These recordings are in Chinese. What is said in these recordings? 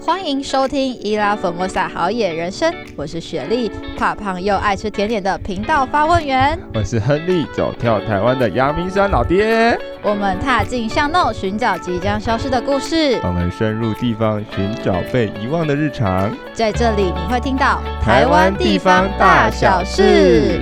欢迎收听伊拉粉莫萨好野人生，我是雪莉，怕胖又爱吃甜点的频道发问员。 我是亨利，走跳台湾的阳明山老爹。 我们踏进巷弄，寻找即将消失的故事。 我们深入地方，寻找被遗忘的日常。 在这里你会听到台湾地方大小事。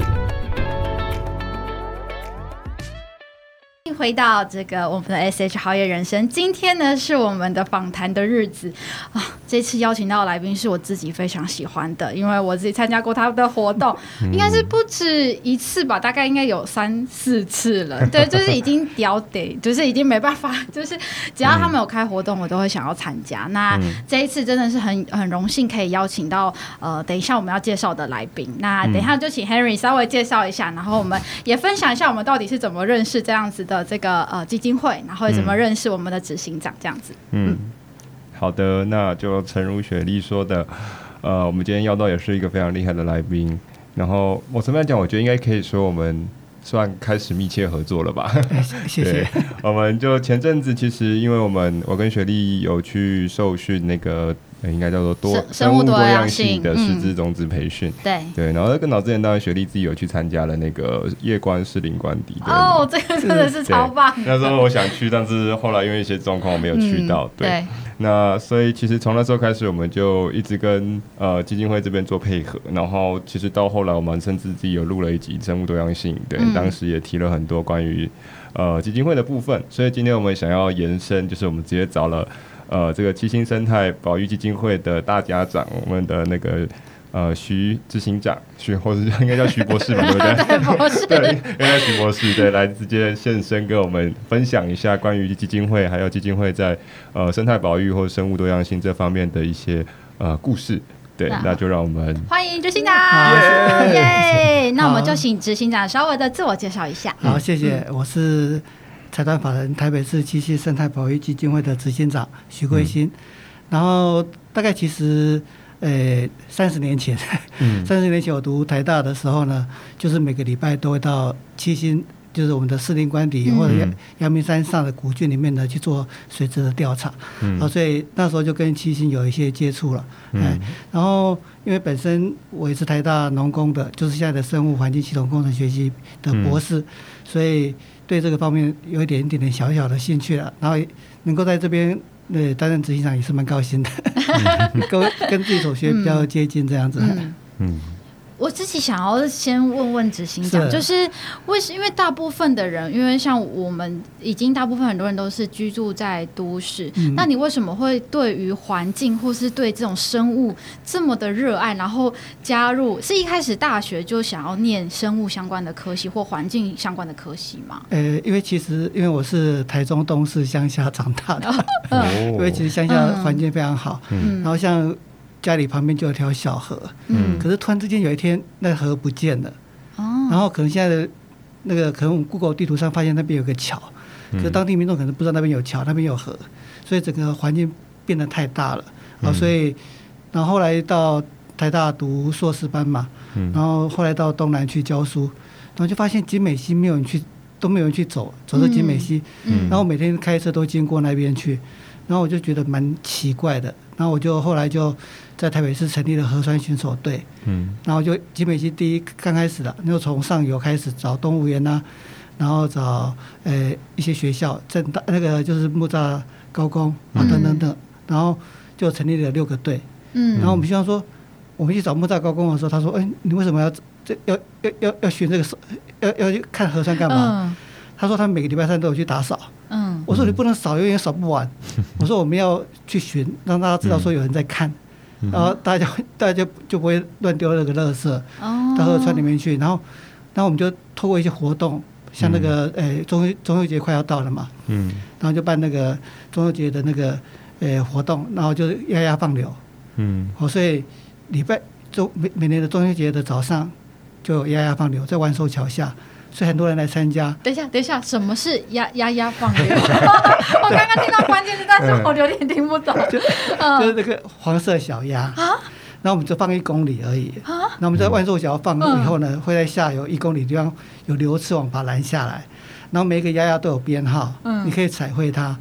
回到这个我们的 SH 好野人生，今天呢是我们的访谈的日子啊。这次邀请到的来宾是我自己非常喜欢的，因为我自己参加过他的活动，应该是不止一次吧，大概应该有3-4次了。对，就是已经屌得，就是已经没办法，就是只要他们有开活动，我都会想要参加。那这一次真的是很荣幸可以邀请到等一下我们要介绍的来宾。那等一下就请 Henry 稍微介绍一下，然后我们也分享一下我们到底是怎么认识这样子的这个基金会，然后怎么认识我们的执行长这样子。 好的，那就诚如雪莉说的，我们今天邀到也是一个非常厉害的来宾。然后我这边讲，我觉得应该可以说我们算开始密切合作了吧。 谢谢。 我们就前阵子其实因为我跟雪莉有去受训那个应该叫做生物多样性的师资种子培训，对，然后更早之前当然雪莉自己有去参加了那个夜观士林官邸。 哦，这个真的是超棒。 那时候我想去，但是后来因为一些状况我没有去到。对，那所以其实从那时候开始，我们就一直跟基金会这边做配合，然后其实到后来我们甚至自己有录了一集生物多样性，对，当时也提了很多关于基金会的部分，所以今天我们想要延伸，就是我们直接找了这个七星生态保育基金会的大家长，我们的那个徐执行长，或者应该叫徐博士吧，对不对？ 对，博士， 对，应该徐博士，对，来直接现身跟我们分享一下关于基金会，还有基金会在生态保育或生物多样性这方面的一些故事。对，那就让我们欢迎执行长。耶！那我们就请执行长稍微的自我介绍一下。 好，谢谢，我是财团法人台北市七星生态保育基金会的执行长徐桂新。然后大概其实30年前，30年前我读台大的时候呢，就是每个礼拜都会到七星，就是我们的士林官邸或者阳明山上的古郡里面呢去做水质的调查。所以那时候就跟七星有一些接触了。然后因为本身我也是台大农工的，就是现在的生物环境系统工程学系的博士，所以对这个方面有一点点小小的兴趣了。然后能够在这边担任执行长也是蛮高兴的，跟自己所学比较接近这样子。 我自己想要先问执行长，就是因为大部分的人，因为像我们已经大部分很多人都是居住在都市，那你为什么会对于环境或是对这种生物这么的热爱，然后加入是一开始大学就想要念生物相关的科系或环境相关的科系吗？ 因为我是台中东势乡下长大的，因为其实乡下环境非常好，然后像家里旁边就有条小河，可是突然之间有一天那河不见了，然后可能现在的那个可能我们 Google 地图上发现那边有个桥，可是当地民众可能不知道那边有桥，那边有河，所以整个环境变得太大了。所以然后后来到台大读硕士班嘛，然后后来到东南去教书，然后就发现景美溪都没有人去走这景美溪，然后每天开车都经过那边去，然后我就觉得蛮奇怪的，然后我就后来就在台北市成立了河川巡守队，然后就景美溪刚开始的，就从上游开始找动物园啊，然后找一些学校，那个就是木栅高工啊等等等，然后就成立了6个队，然后我们希望说，我们去找木栅高工的时候，他说，你为什么要选这个要去看河川干嘛？他说他们每个礼拜3都有去打扫。我说你不能扫，永远扫不完。我说我们要去巡，让大家知道说有人在看，然后大家就不会乱丢那个垃圾到河川里面去。然后我们就透过一些活动，像那个中秋节快要到了嘛，然后就办那个中秋节的那个活动，然后就是鸭鸭放流。所以每年的中秋节的早上就有鸭鸭放流在万寿桥下。所以很多人来参加。等一下，什么是鸭放流？我刚刚听到关键字，但是我有点听不懂。 就是那个黄色小鸭啊，然后我们就放1公里而已啊。然后我们在万寿桥放以后呢，会在下游1公里地方有流刺网把它拦下来，然后每一个鸭鸭都有编号，你可以彩绘它。然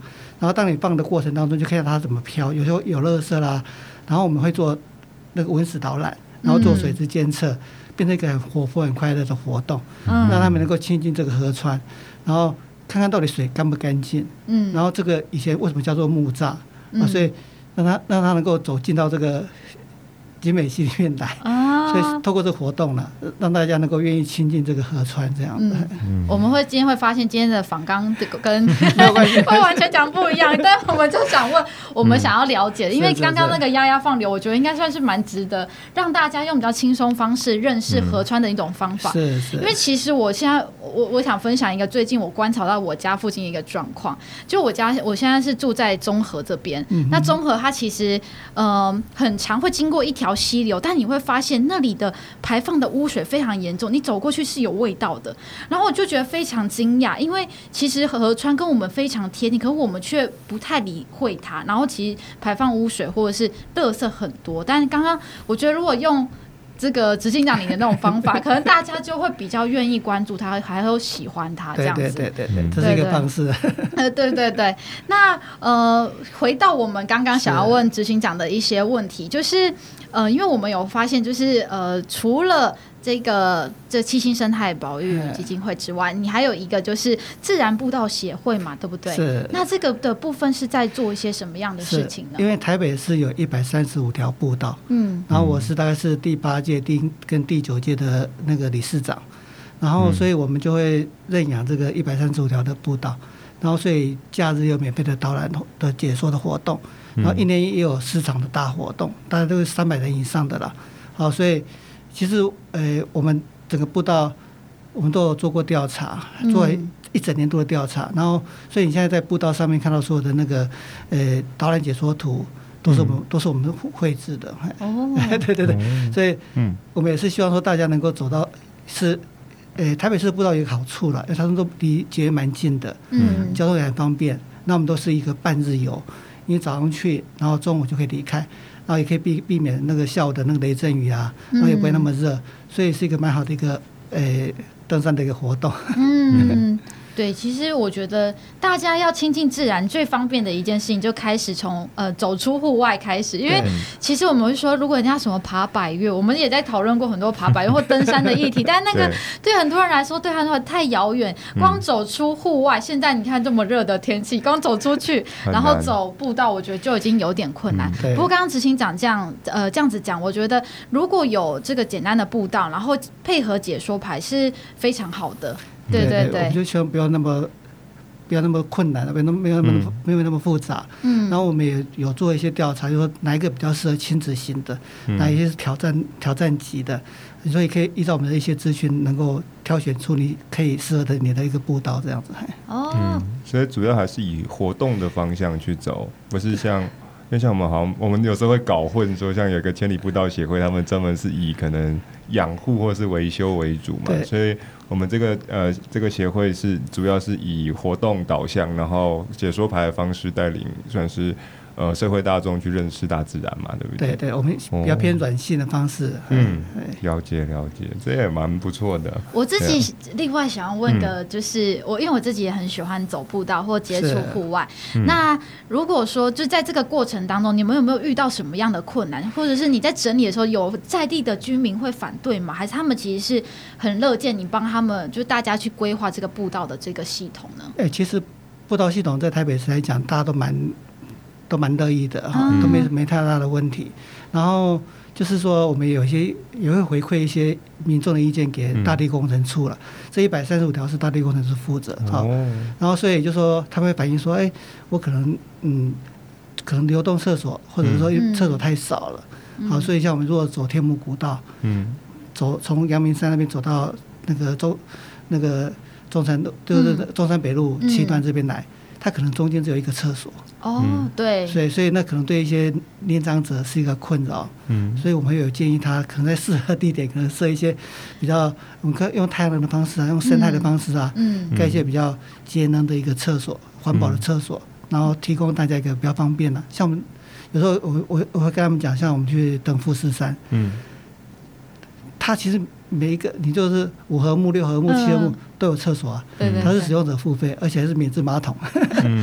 然后当你放的过程当中，就看到它怎么飘，有时候有垃圾啦，然后我们会做那个文史导览，然后做水质监测，变成一个很活泼、很快乐的活动，让他们能够亲近这个河川，然后看看到底水干不干净，然后这个以前为什么叫做木栅，所以让他能够走进到这个景美溪里面来，所以透过这个活动呢，让大家能够愿意亲近这个河川这样子。 我们今天会发现今天的访纲跟会完全讲不一样，但我们就想问我们想要了解的，因为刚刚那个鸭鸭放流，我觉得应该算是蛮值得让大家用比较轻松方式认识河川的一种方法。 是因为其实我现在我想分享一个最近我观察到我家附近一个状况，就我现在是住在中和这边，那中和它其实很常会经过一条溪流，但你会发现那里的排放的污水非常严重，你走过去是有味道的。然后我就觉得非常惊讶，因为其实河川跟我们非常贴近，可是我们却不太理会它。然后其实排放污水或者是垃圾很多，但是刚刚我觉得如果用这个执行长你的那种方法，可能大家就会比较愿意关注它，还有喜欢它这样子。 对，这是一个方式。 对。那回到我们刚刚想要问执行长的一些问题，就是因为我们有发现，就是除了这七星生态保育基金会之外，你还有一个就是自然步道协会嘛，对不对？ 是。 那这个的部分是在做一些什么样的事情呢？ 因为台北市有135条步道，然后我大概是第8届跟第9届的那个理事长，然后所以我们就会认养这个135条的步道，然后所以假日有免费的导览的解说的活动，然后一年也有市场的大活动，大概都是300人以上的啦。好，所以其实我们整个步道我们都有做过调查，做1整年度的调查，然后所以你现在在步道上面看到所有的那个导览解说图都是我们绘制的。对，所以我们也是希望说大家能够走到是台北市的步道有一个好处了，因为它们都离捷运蛮近的，交通也很方便。那我们都是一个半日游，因为早上去，然后中午就可以离开，然后也可以避免那个下午的那个雷阵雨啊，然后也不会那么热，所以是一个蛮好的一个登山的一个活动。 对，其实我觉得大家要亲近自然最方便的一件事情，就开始从走出户外开始。因为其实我们会说，如果人家什么爬百岳，我们也在讨论过很多爬百岳或登山的议题，但那个对很多人来说，对他们来说太遥远。光走出户外，现在你看这么热的天气，光走出去，然后走步道，我觉得就已经有点困难。不过刚刚执行长这样子讲，我觉得如果有这个简单的步道，然后配合解说牌是非常好的。对， 我们就希望不要那么困难，没有那么复杂。然后我们也有做一些调查，就说哪一个比较适合亲子型的，哪一些是挑战级的，所以可以依照我们的一些资讯，能够挑选出你可以适合的你的一个步道这样子。 所以主要还是以活动的方向去走，不是像。因为像我们有时候会搞混，说像有个千里步道协会，他们专门是以可能养护或是维修为主嘛，所以我们这个协会是主要是以活动导向，然后解说牌的方式带领，算是社会大众去认识大自然嘛，对不对？ 对，我们比较偏软性的方式。 了解，这也蛮不错的。 我自己另外想要问的就是，因为我自己也很喜欢走步道或接触户外。那如果说就在这个过程当中，你们有没有遇到什么样的困难，或者是你在整理的时候，有在地的居民会反对吗？还是他们其实是很乐见你帮他们，就大家去规划这个步道的这个系统呢？ 其实步道系统在台北市来讲，大家都蛮乐意的，都没太大的问题。然后就是说，我们也会回馈一些民众的意见给大地工程处了。这135条是大地工程处负责，然后所以就说他们会反映说，我可能流动厕所，或者说厕所太少了。好，所以像我们如果走天母古道，走从阳明山那边走到那个中山就是中山北路7段这边来，它可能中间只有一个厕所。 对， 所以那可能对一些年长者是一个困扰。所以我们会有建议他，可能在适合地点，可能设一些比较，我们可以用太阳能的方式啊，用生态的方式啊，盖一些比较节能的一个厕所，环保的厕所，然后提供大家一个比较方便的。像我们有时候我会跟他们讲，像我们去登富士山，它其实每一个你就是5合目、6合目、7合目都有厕所啊，它是使用者付费，而且还是免治马桶。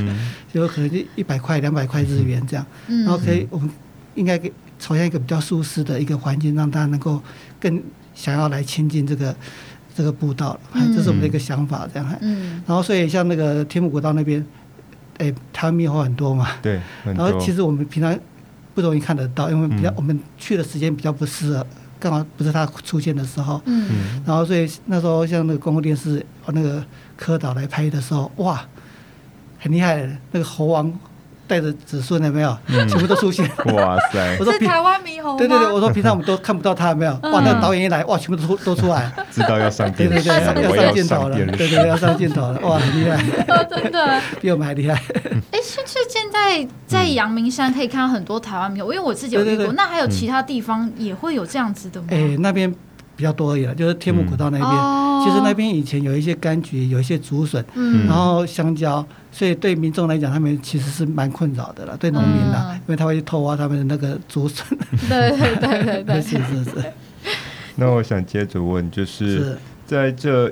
就可能100块、200块日元这样，然后可以我们应该给朝向一个比较舒适的一个环境，让大家能够更想要来亲近这个步道，这是我们的一个想法这样。然后所以像那个天母古道那边，台湾猕猴很多嘛， 对， 然后其实我们平常不容易看得到，因为我们去的时间比较不适合，刚好不是它出现的时候。然后所以那时候像那个公共电视那个柯导来拍的时候，哇，很厉害的，那个猴王带着子孙有没有？全部都出现。 哇塞！ 我说是台湾猕猴吗？ 对，我说平常我们都看不到它，有没有？哇，那个导演一来，哇，全部都出来， 知道要上电视， 对，要上镜头了，对，要上镜头了，哇，很厉害， 真的比我们还厉害。 是现在在阳明山可以看到很多台湾猕猴，因为我自己有遇过。那还有其他地方也会有这样子的吗？ 那边比较多而已了，就是天母古道那边。其实那边以前有一些柑橘，有一些竹笋，然后香蕉，所以对民众来讲，他们其实是蛮困扰的了，对农民啦，因为他会偷挖他们的那个竹笋。 对， 是。 那我想接着问，就是在这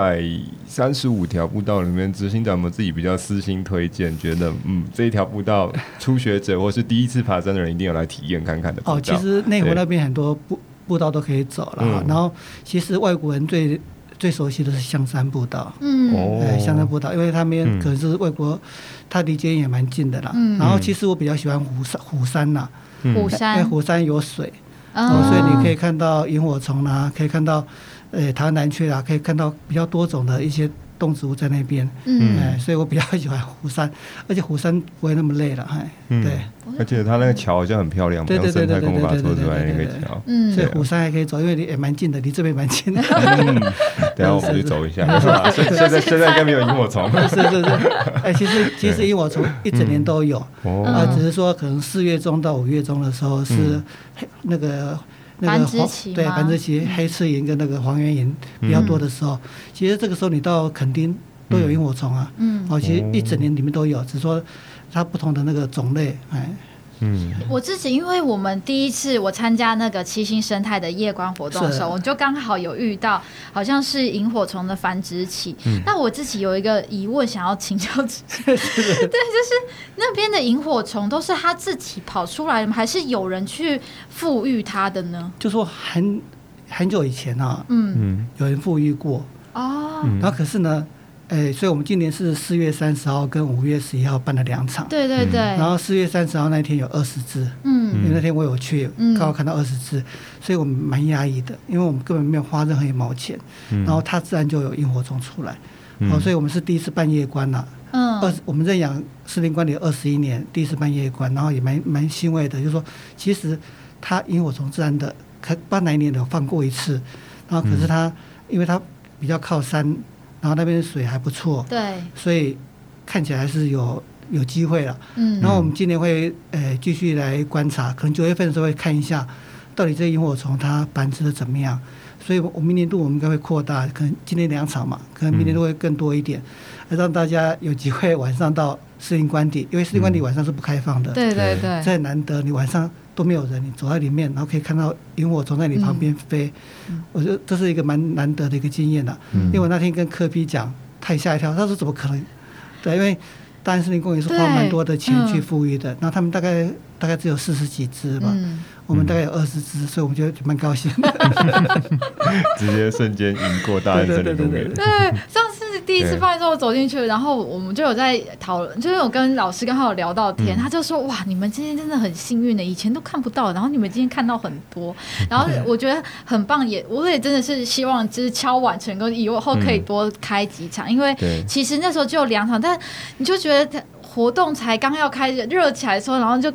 135条步道里面，执行长有没有自己比较私心推荐，觉得这一条步道初学者或是第一次爬山的人一定要来体验看看的步道？ 其实内湖那边很多步道都可以走了，然后其实外国人最熟悉的是香山步道，香山步道，因为他们可能是外国，它离捷运也蛮近的啦。然后其实我比较喜欢虎山啦，因为虎山有水，所以你可以看到萤火虫啦，可以看到台湾蓝雀啦，可以看到比较多种的一些动植物在那边，所以我比较喜欢虎山，而且虎山不会那么累了，对。 而且它那个桥好像很漂亮，用生态工法做出来那个桥， 所以虎山还可以走，因为也蛮近的，离这边蛮近的。 等一下我们去走一下，现在应该没有萤火虫。 是，其实萤火虫一整年都有，只是说可能4月中到5月中的时候是那个繁殖期， 对，繁殖期黑翅萤跟那个黄缘萤比较多的时候，其实这个时候你到垦丁都有萤火虫啊，其实一整年里面都有，只是说它不同的那个种类， 我自己因为我们第一次我参加那个七星生态的夜观活动的时候，我就刚好有遇到好像是萤火虫的繁殖期。那我自己有一个疑问想要请教执行，对，就是那边的萤火虫都是它自己跑出来的吗？还是有人去富裕它的呢？ 就说很久以前啊，有人富裕过然后可是呢。所以我们今年是4月30号跟5月11号办了2场， 对， 然后4月30号那天有20只，因为那天我有去，刚好看到20只，所以我们蛮压抑的，因为我们根本没有花任何1毛钱，然后它自然就有萤火虫出来，所以我们是第一次办夜观啦，我们认养士林观里21年，第一次办夜观，然后也蛮欣慰的，就是说其实它萤火虫自然的，不知道哪一年有放过一次，然后可是它因为它比较靠山。然后那边的水还不错， 对， 所以看起来是有机会了。然后我们今年会继续来观察，可能9月份的时候会看一下，到底这萤火虫它繁殖的怎么样。所以我明年度我们应该会扩大，可能今年2场嘛，可能明年度会更多一点，让大家有机会晚上到士林官邸，因为士林官邸晚上是不开放的。 对， 这很难得，你晚上都没有人，你走在里面，然后可以看到萤火虫在你旁边飞，我觉得这是一个蛮难得的一个经验的。因为我那天跟柯 P 讲，他也吓一跳，他说怎么可能？对，因为大安森林公园是花蛮多的钱去富裕的，然后他们大概只有40几只吧，我们大概有20只，所以我们觉得蛮高兴的， 直接瞬间赢过大安森林公园。 对，上次第一次办的时候我走进去，然后我们就有在讨论，就是有跟老师刚好有聊到天，他就说哇，你们今天真的很幸运的，以前都看不到，然后你们今天看到很多，然后我觉得很棒，我也真的是希望就是敲碗成功，以后可以多开几场，因为其实那时候就2场，但你就觉得活动才刚要开始热起来的时候，然后就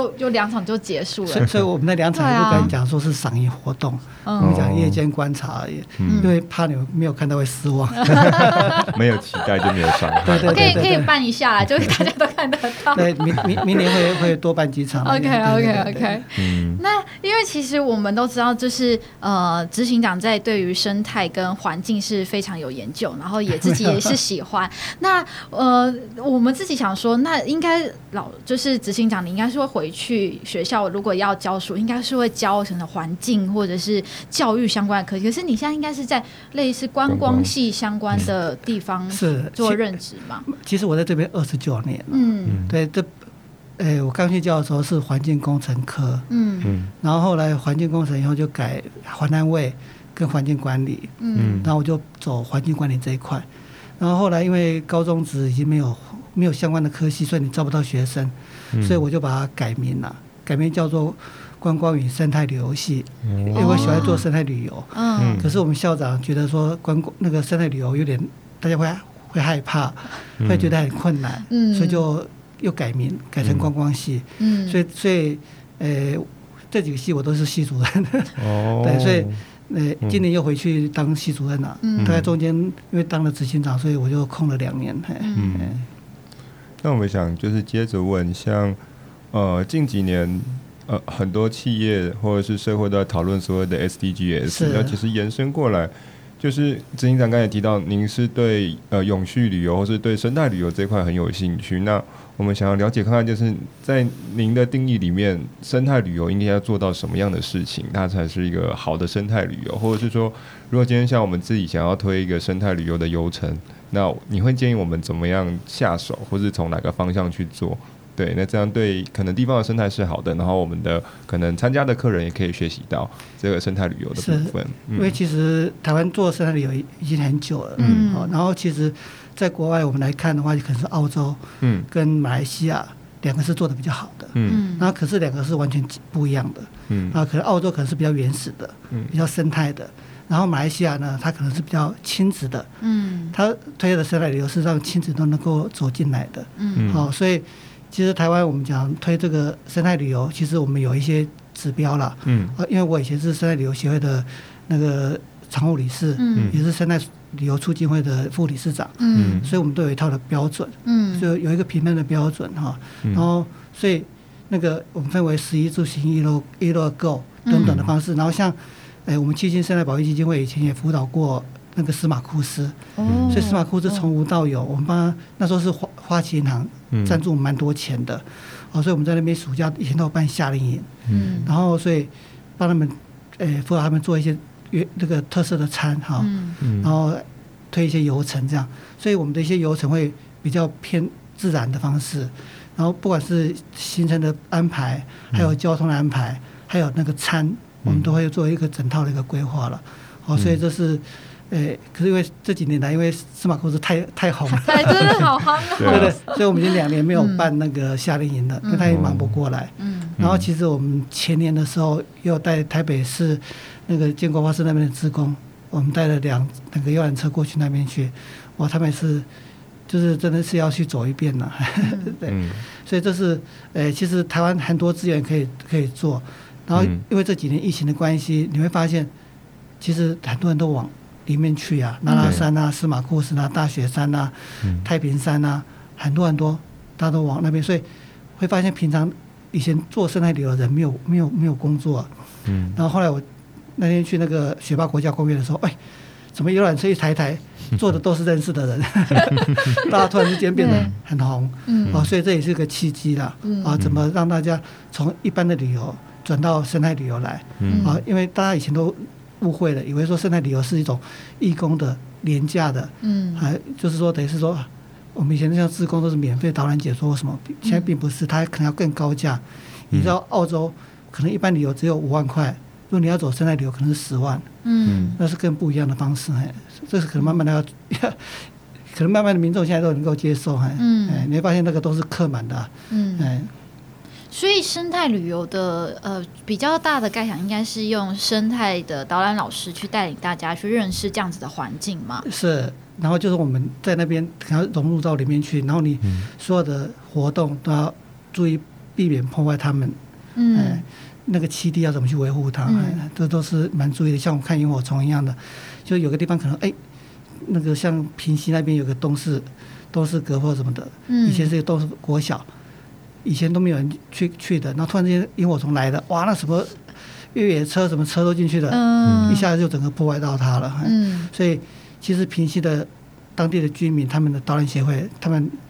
2场就结束了。 所以我们那2场也不敢讲说是赏萤活动，我们讲夜间观察而已，因为怕你没有看到会失望。 没有期待就没有伤害。 对， 可以办一下啦，就大家都看得到。 对，明年会多办几场。 OK。那因为其实我们都知道，就是执行长在对于生态跟环境是非常有研究，然后自己也是喜欢。那我们自己想说。 说，那应该就是执行长，你应该是会回去学校，如果要教书，应该是会教什么环境或者是教育相关的科技。可是你现在应该是在类似观光系相关的地方做任职嘛？ 其实我在这边29年了，对，我刚去教的时候是环境工程科，然后后来环境工程以后就改环安卫跟环境管理，然后我就走环境管理这一块。然后后来因为高中职已经没有相关的科系，所以你招不到学生，所以我就把它改名了，改名叫做观光与生态旅游系，因为我喜欢做生态旅游。可是我们校长觉得说那个生态旅游有点大家会害怕，会觉得很困难，所以就又改名改成观光系。所以这几个系我都是系主任。对，所以。今年又回去当系主任了，大概中间因为当了执行长，所以我就空了2年。 那我们想就是接着问，像近几年很多企业或者是社会都在讨论所谓的 SDGs， 那其实延伸过来，就是执行长刚才也提到，您是对永续旅游或是对生态旅游这块很有兴趣。那我们想要了解看看，就是在您的定义里面，生态旅游应该要做到什么样的事情，它才是一个好的生态旅游？或者是说，如果今天像我们自己想要推一个生态旅游的游程，那你会建议我们怎么样下手，或是从哪个方向去做？对，那这样对可能地方的生态是好的，然后我们的可能参加的客人也可以学习到这个生态旅游的部分。 因为其实台湾做生态旅游已经很久了，然后其实在国外我们来看的话，可能是澳洲跟马来西亚2个是做的比较好的，然后可是2个是完全不一样的，然后可能澳洲可能是比较原始的，比较生态的，然后马来西亚呢，它可能是比较亲子的，它推的生态旅游是让亲子都能够走进来的，所以其实台湾我们讲推这个生态旅游，其实我们有一些指标啦，因为我以前是生态旅游协会的那个常务理事，也是生态旅游促进会的副理事长，所以我们都有一套的标准，就有一个评分的标准哈，然后所以那个我们分为11住行一乐购等等的方式，然后像我们基金生态保育基金会以前也辅导过那个司马库斯，所以司马库斯从无到有，我们帮他那时候是花旗银行赞助蛮多钱的，所以我们在那边暑假以前都有办夏令营，然后所以帮他们辅导他们做一些那个特色的餐哈，然后推一些游程这样，所以我们的一些游程会比较偏自然的方式，然后不管是行程的安排，还有交通的安排，还有那个餐，我们都会做一个整套的一个规划了，所以这是。可是因为这几年来，因为司马库斯太红了， 真的好夯对对，所以我们已经2年没有办那个夏令营了，因为他也忙不过来。然后其实我们前年的时候，也有带台北市那个建国花市那边的志工，我们带了2个游览车过去那边去，哇，他们也是就是真的是要去走一遍了，对，所以这是其实台湾很多资源可以做，然后因为这几年疫情的关系，你会发现其实很多人都往里面去啊，那拉山啊、司马库斯啊、大雪山啊、太平山啊，很多大家都往那边，所以会发现平常以前做生态旅游的人没有工作，然后后来我那天去那个雪霸国家公园的时候，怎么游览车一台坐的都是认识的人，大家突然之间变得很红，所以这也是个契机啦，怎么让大家从一般的旅游转到生态旅游来，因为大家以前都误会了，以为说生态旅游是一种义工的廉价的，就是说等于是说我们以前像志工都是免费导览解说什么，现在并不是，它可能要更高价。你知道澳洲可能一般旅游只有5万块，如果你要走生态旅游可能是10万，那是更不一样的方式，这是可能慢慢的可能慢慢的民众现在都能够接受，你会发现那个都是客满的， 所以生态旅游的比较大的概想应该是用生态的导览老师去带领大家去认识这样子的环境嘛？ 是，然后就是我们在那边可能融入到里面去，然后你所有的活动都要注意避免破坏它们，那个栖地要怎么去维护它，这都是蛮注意的。像我们看萤火虫一样的，就有个地方可能那个像平溪那边有个东势阁或什么的，以前是都是国小。以前都没有人去的，然后突然之间萤火虫来了，哇，那什么越野车什么车都进去了，一下子就整个破坏到它了。所以其实平溪的当地的居民，他们的导览协会，他们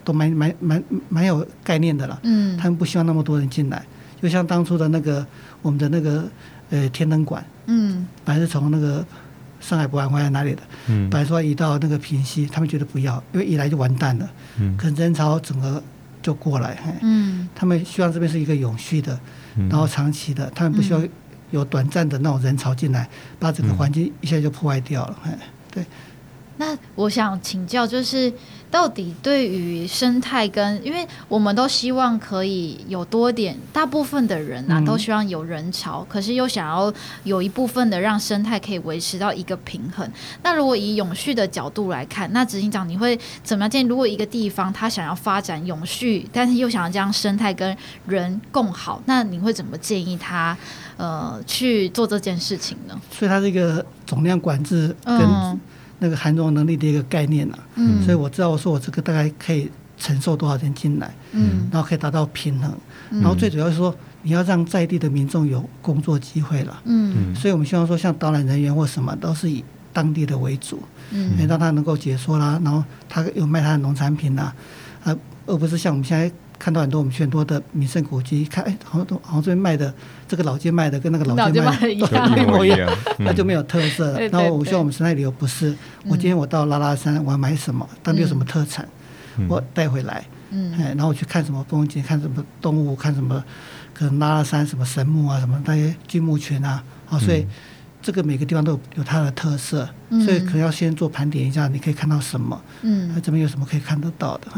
都蛮有概念的了。他们不希望那么多人进来，就像当初的那个我们的那个天灯馆，本来是从那个上海博览会还哪里的，本来说移到那个平溪，他们觉得不要，因为一来就完蛋了，可能人潮整个就过来，他们希望这边是一个永续的，然后长期的，他们不需要有短暂的那种人潮进来，把整个环境一下就破坏掉了。对。 那我想请教，就是到底对于生态因为我们都希望可以有多点，大部分的人都希望有人潮，可是又想要有一部分的让生态可以维持到一个平衡。那如果以永续的角度来看，那执行长你会怎么样建议？如果一个地方他想要发展永续，但是又想要将生态跟人共好，那你会怎么建议他去做这件事情呢？ 所以它是一个总量管制跟那个含容能力的一个概念所以我知道我说我这个大概可以承受多少人进来，然后可以达到平衡，然后最主要是说你要让在地的民众有工作机会了，所以我们希望说像导览人员或什么都是以当地的为主，让他能够解说啦，然后他有卖他的农产品啦，而不是像我们现在看到我们去很多的名胜古迹，看好像这边卖的这个老街卖的跟那个老街卖的一模一样，那就没有特色了。然后我希望我们生态旅游不是，我今天我到拉拉山，我要买什么，当地有什么特产，我带回来，然后我去看什么风景，看什么动物，看什么可能拉拉山什么神木啊，什么那些巨木群啊，所以这个每个地方都有它的特色，所以可能要先做盘点一下，你可以看到什么，这边有什么可以看得到的，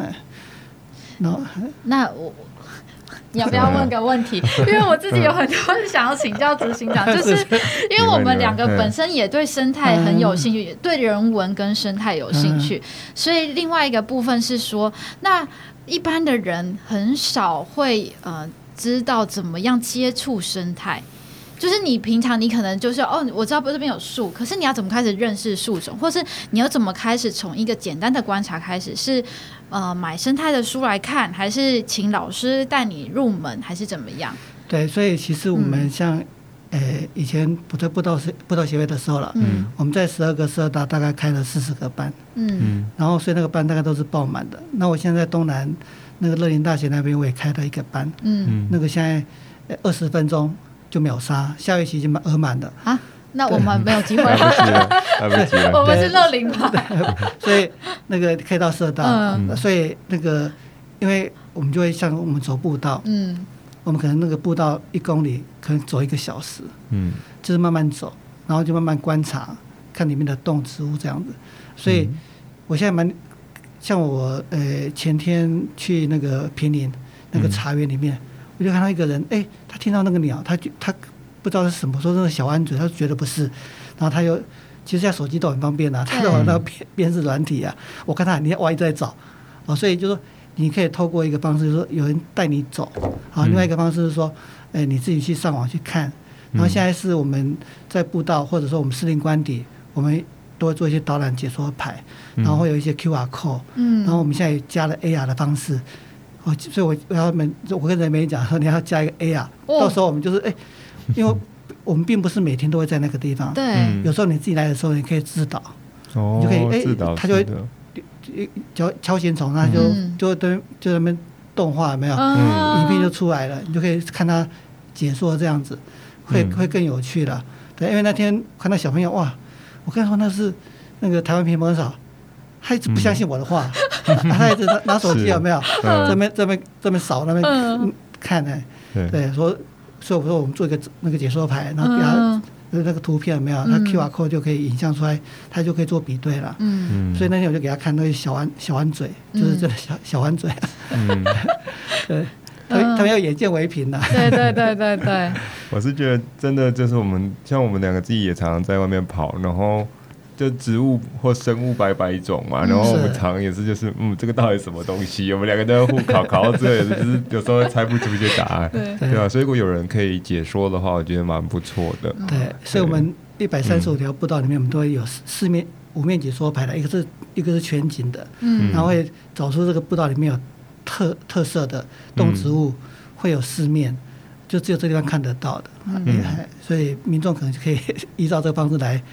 那你要不要问个问题？因为我自己有很多想要请教执行长，就是因为我们两个本身也对生态很有兴趣，也对人文跟生态有兴趣，所以另外一个部分是说，那一般的人很少会知道怎么样接触生态。就是你平常你可能就是我知道这边有树，可是你要怎么开始认识树种，或是你要怎么开始从一个简单的观察开始，是买生态的书来看，还是请老师带你入门，还是怎么样？ 对，所以其实我们像以前在步道协会的时候了，我们在12个社大大概开了40个班，然后所以那个班大概都是爆满的。那我现在在东南那个乐林大学那边我也开了一个班，那个现在20分钟就秒杀，下学期已经额满了啊！ 那我们没有机会了， 来不及了。 我们是乐龄吧？ 所以那个可以到社大，所以那个因为我们就会像我们走步道，我们可能那个步道1公里可能走1个小时，就是慢慢走，然后就慢慢观察，看里面的动植物这样子。所以我现在像我前天去那个坪林那个茶园里面。我就看到一个人，他听到那个鸟，他不知道是什么，说那个小安嘴，他觉得不是，然后他又，其实现在手机都很方便啊，他都有那个辨识软体啊，我看他你一直在找，所以就说你可以透过一个方式，就是说有人带你走，另外一个方式是说，你自己去上网去看，然后现在是我们在步道或者说我们士林官邸，我们都会做一些导览解说牌，然后会有一些 QR code，然后我们现在也加了 AR 的方式。所以我跟人没讲说你要加一个 AR，到时候我们就是因为我们并不是每天都会在那个地方， 对， 有时候你自己来的时候你可以自导，你就可以他就会敲弦虫，他就在那边动画有没有，影片就出来了，你就可以看他解说这样子，会更有趣了。对，因为那天看到小朋友哇，我跟他说那是那个台湾屏风少。他一直不相信我的话，他一直拿手机有没有这边扫那边看呢？对，所以我说我们做一个那个解说牌，然后给他那个图片有没有，他 QR code 就可以影像出来，他就可以做比对了。所以那天我就给他看那个小弯嘴，就是这个小弯嘴。对，他们要眼见为凭的。 对。 我是觉得真的就是我们两个自己也常常在外面跑，然后。就植物或生物百种嘛，然后我们常也是就是这个到底什么东西？我们两个都要互考到最后也是有时候猜不出一些答案，对吧？所以如果有人可以解说的话，我觉得蛮不错的。 对，所以我们135条步道里面，我们都会有5面解说牌的，一个是全景的，然后会找出这个步道里面有特色的动植物，会有4面，就只有这地方看得到的，所以民众可能就可以依照这个方式来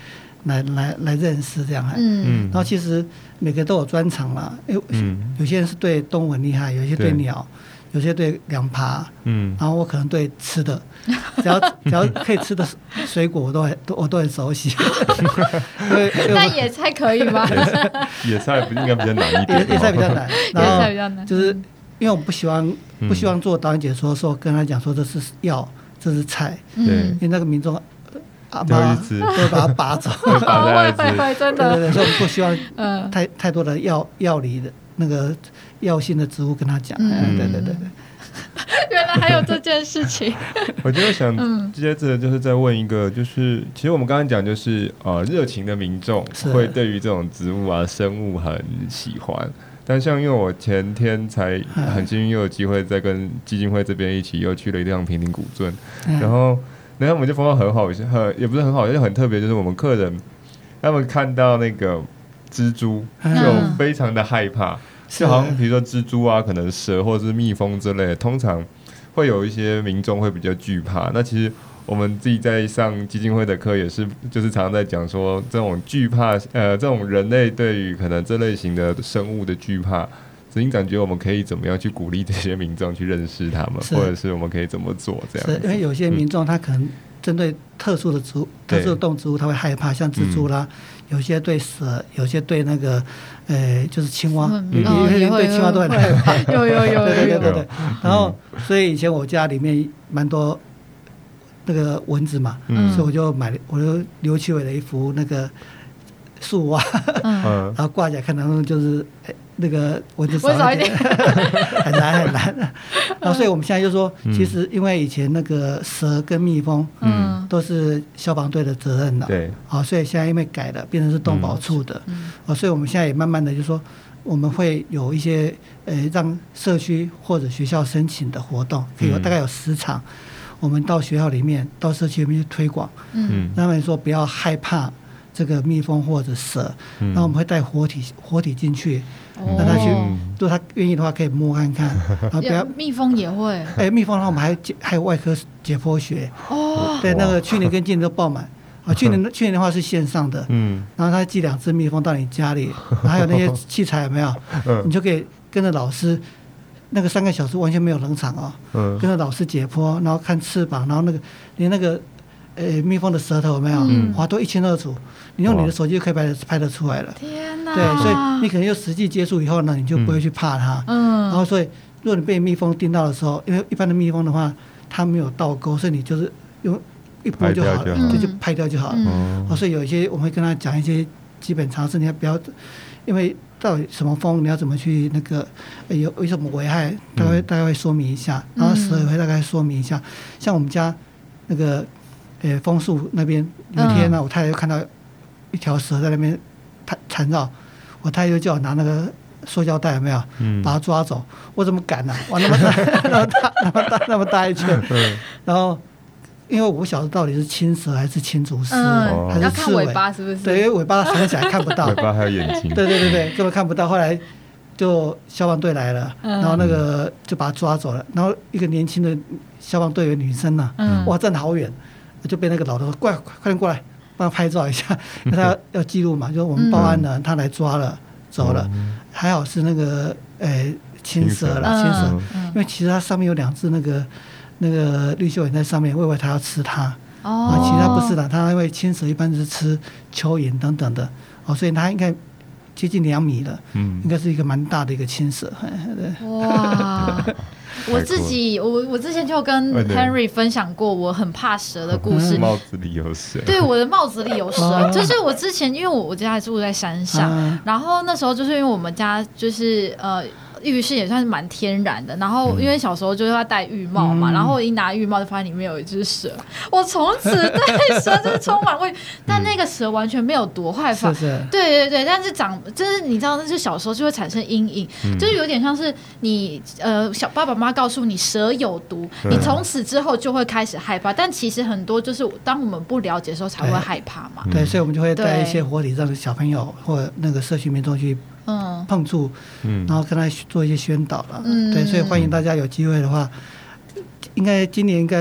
来认识这样。然后其实每个都有专长啦，有些人是对动物很厉害，有些对鸟，有些对两爬，然后我可能对吃的，只要可以吃的水果我都很熟悉。 那野菜可以吗？ 野菜不应该比较难一点？ 野菜比较难， 野菜比较难， 就是因为我不希望做导演解说的时候跟他讲说这是药，这是菜，因为那个民众。阿妈会把它拔走， 会真的。 对，所以我们不希望太多的药理的那个药性的植物跟他讲。对。 原来还有这件事情。 我就想接着就是再问一个，就是其实我们刚刚讲就是热情的民众会对于这种植物啊生物很喜欢。但像因为我前天才很幸运又有机会再跟基金会这边一起又去了一趟平林古镇，然后我们就碰到很好，也不是很好，就很特别，就是我们客人他们看到那个蜘蛛就非常的害怕，就好像比如说蜘蛛啊，可能蛇或者是蜜蜂之类的，通常会有一些民众会比较惧怕。那其实我们自己在上基金会的课也是，就是常常在讲说这种惧怕，这种人类对于可能这类型的生物的惧怕。所以感觉我们可以怎么样去鼓励这些民众去认识他们，或者是我们可以怎么做这样子？ 因为有些民众他可能针对特殊的植物、特殊的动植物，他会害怕，像蜘蛛啦，有些对蛇，有些对那个就是青蛙，有些人对青蛙都很害怕。 有。 对。然后，所以以前我家里面蛮多那个蚊子嘛，所以我就刘启伟的一幅那个树蛙，然后挂起来看，然后就是那个蚊子少一点，很难。然后所以我们现在就说，其实因为以前那个蛇跟蜜蜂，都是消防队的责任了，对，所以现在因为改了，变成是动保处的，所以我们现在也慢慢的就说，我们会有一些让社区或者学校申请的活动，大概有10场，我们到学校里面、到社区里面去推广，让他们说不要害怕这个蜜蜂或者蛇，然后我们会带活体进去，让他去，如果他愿意的话可以摸看看，然后不要。 蜜蜂也会。 蜜蜂的话我们还有外科解剖学，对，那个去年跟今年都爆满。去年的话是线上的，然后他寄2只蜜蜂到你家里，还有那些器材有没有？你就可以跟着老师，那个3个小时完全没有冷场跟着老师解剖，然后看翅膀，然后连那个蜜蜂的舌头有没有？哇，都一清二楚，你用你的手机就可以拍得出来了。 天哪！ 对，所以你可能就实际接触以后呢，你就不会去怕它。然后所以如果你被蜜蜂叮到的时候，因为一般的蜜蜂的话，它没有倒钩，所以你就是用一拨就好了，就拍掉就好了。所以有一些我们会跟他讲一些基本常识，你要不要，因为到底什么蜂你要怎么去那个有什么危害，大概会说明一下，然后蛇也会大概说明一下。像我们家那个枫树那边有一天呢，我太太就看到一条蛇在那边缠绕，我太太就叫我拿那个塑胶袋有没有，把它抓走。我怎么敢呢？哇，那么大一圈，然后因为我不晓得到底是青蛇还是青竹丝，还是刺猬， 尾巴是不是？ 对，因为尾巴藏起来看不到， 尾巴还有眼睛。 对，根本看不到。后来就消防队来了，然后那个就把它抓走了。然后一个年轻的消防队员女生呢，哇，站得好远，就被那个老头说：“快点过来，帮他拍照一下，因为他要记录嘛。就我们报案了，他来抓了，走了。还好是那个青蛇啦，青蛇，因为其实它上面有2只那个绿袖眼在上面，我以为它要吃它。其实它不是的，它因为青蛇一般是吃蚯蚓等等的，所以它应该接近2米了，应该是一个蛮大的一个青蛇。 哇！我之前就跟 Henry 分享过我很怕蛇的故事。 帽子里有蛇。 对，我的帽子里有蛇。就是我之前因为我家住在山上，然后那时候就是因为我们家就是浴室也算是蛮天然的，然后因为小时候就是要戴浴帽嘛，然后我一拿浴帽就发现里面有一只蛇，我从此对蛇就是充满畏惧，但那个蛇完全没有多害怕，对，但是就是你知道，那是小时候就会产生阴影，就是有点像是你小爸爸妈妈告诉你蛇有毒，你从此之后就会开始害怕，但其实很多就是当我们不了解的时候才会害怕嘛。 对，所以我们就会带一些活体让小朋友或者那个社区民众去碰触，然后跟他做一些宣导了。对，所以欢迎大家有机会的话，应该今年应该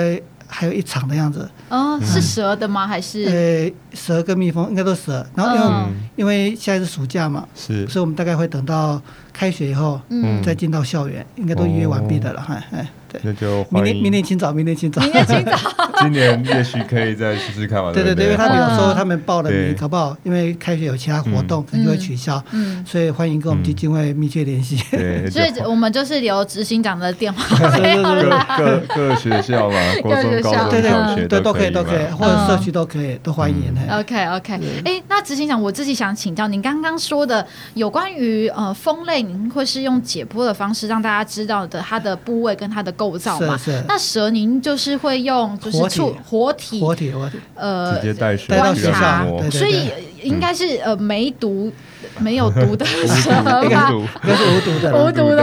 还有1场的样子。 是蛇的吗？还是蛇跟蜜蜂应该都是蛇。然后因为现在是暑假嘛，所以我们大概会等到开学以后，再进到校园，应该都预约完毕的了。对， 那就明年请早， 今年也许可以再试试看嘛。 对，因为他们有时候他们报了名，搞不好因为开学有其他活动，可能就会取消。所以欢迎跟我们基金会密切联系。 对， 所以我们就是留执行长的电话。 各学校嘛，国中、高中、小学都可以，或者社区都可以，都欢迎。 OK，那执行长，我自己想请教您刚刚说的有关于蜂类，您会是用解剖的方式让大家知道的它的部位跟它的构造嘛？那蛇您就是会用就是活体直接带水观察，所以应该是没有毒的蛇吧？ 应该是无毒的。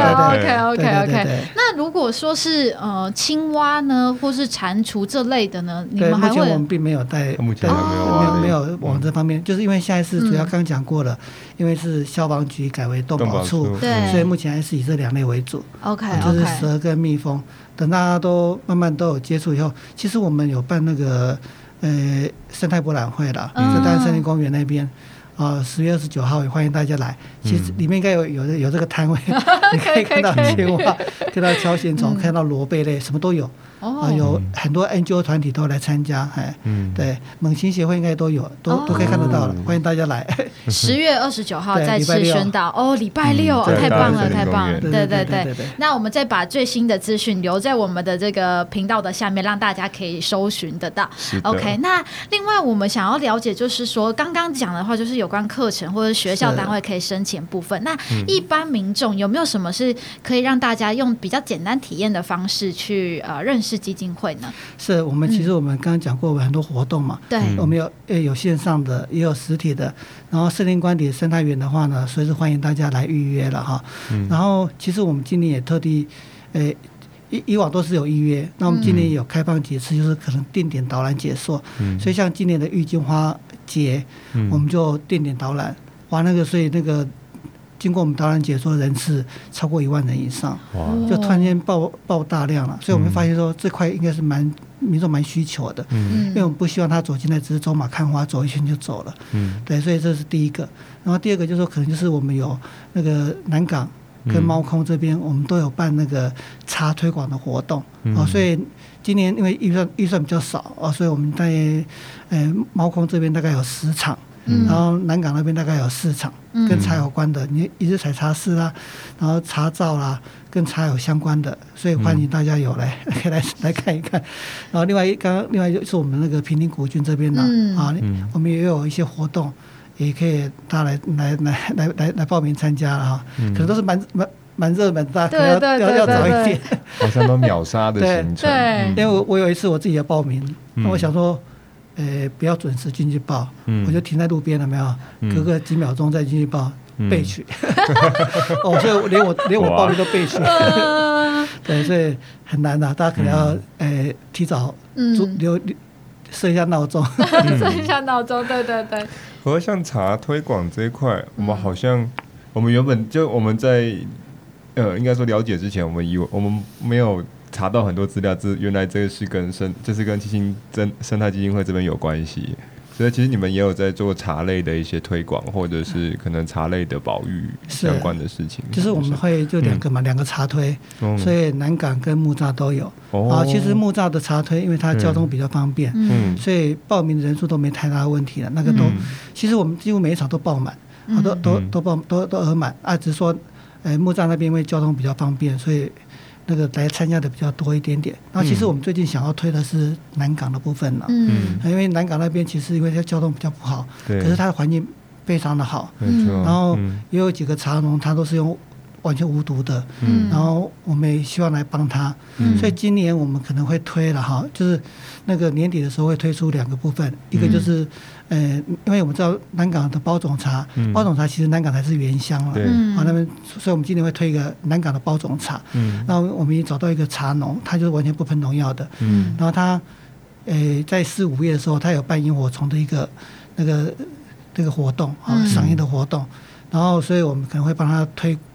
OK。那如果说是青蛙呢，或是蟾蜍这类的呢，你们还会？ 目前我们并没有带， 目前没有往这方面，就是因为现在是主要刚讲过了，因为是消防局改为动保处，所以目前还是以这2类为主。 OK， 就是蛇跟蜜蜂。等大家都慢慢都有接触以后，其实我们有办那个生态博览会啦，在大安森林公园那边。10月29号也欢迎大家来。其实里面应该有这个摊位，你可以看到青蛙，看到锹形虫，看到螺贝类，什么都有。有很多 NGO 团体都来参加，对，猛禽协会应该都有，都可以看得到了。欢迎大家来。 10月29号再次宣导礼拜六，太棒了。对。那我们再把最新的资讯留在我们的这个频道的下面，让大家可以搜寻得到。OK， 那另外我们想要了解，就是说刚刚讲的话，就是有关课程或者学校单位可以申请部分。那一般民众有没有什么是可以让大家用比较简单体验的方式去认识基金会呢？ 是我们其实我们刚刚讲过很多活动嘛， 对， 我们有線上的，也有实体的。然后森林官邸生态园的话呢，随时欢迎大家来预约了哈。然后其实我们今年也特地，以往都是有预约，那我们今年也有开放几次，就是可能定点导览解说。所以像今年的郁金花节，我们就定点导览，所以那个。经过我们导览解说，人次超过1万人以上，就突然间爆大量了，所以我们发现说这块应该是民众蛮需求的，因为我们不希望他走进来只是走马看花，走一圈就走了，对，所以这是第一个。然后第二个就是说，可能就是我们有那个南港跟猫空这边，我们都有办那个茶推广的活动，所以今年因为预算比较少所以我们在猫空这边大概有10场。然后南港那边大概有4场跟茶有关的，你一日采茶室啦，然后茶造啦，跟茶有相关的，所以欢迎大家可以来看一看。然后另外就是我们那个平林古郡这边呢，我们也有一些活动，也可以大家来报名参加了哈，可能都是蛮热门的，可能要早一点， 好像都秒杀的行程。 因为我有一次我自己的报名，我想说。不要准时进去报，我就停在路边了，没有，隔个几秒钟再进去报，备取。所以连我报名都备取。对，所以很难的，大家可能要提早设一下闹钟。 设一下闹钟，对。 和像茶推广这一块，我们原本就我们在应该说了解之前，我们没有。查到很多资料，原来这个是跟生态基金会这边有关系，所以其实你们也有在做茶类的一些推广，或者是可能茶类的保育相关的事情。 就是我们会就2个嘛，2个茶推，所以南港跟木栅都有。其实木栅的茶推，因为它交通比较方便，所以报名的人数都没太大问题了。那个其实我们几乎每一场都爆满，都额满只是说木栅那边因为交通比较方便，所以。那个来参加的比较多一点点，然后其实我们最近想要推的是南港的部分了，因为南港那边其实因为它交通比较不好，可是它的环境非常的好，然后也有几个茶农，他都是用完全无毒的，然后我们也希望来帮他，所以今年我们可能会推了哈，就是那个年底的时候会推出2个部分，一个就是因为我们知道南港的包种茶，其实南港才是原乡了，那边，所以我们今年会推一个南港的包种茶，然后我们也找到一个茶农，他就是完全不喷农药的，然后他在4、5月的时候，他有办萤火虫的一个那个活动赏樱的活动，然后所以我们可能会帮他推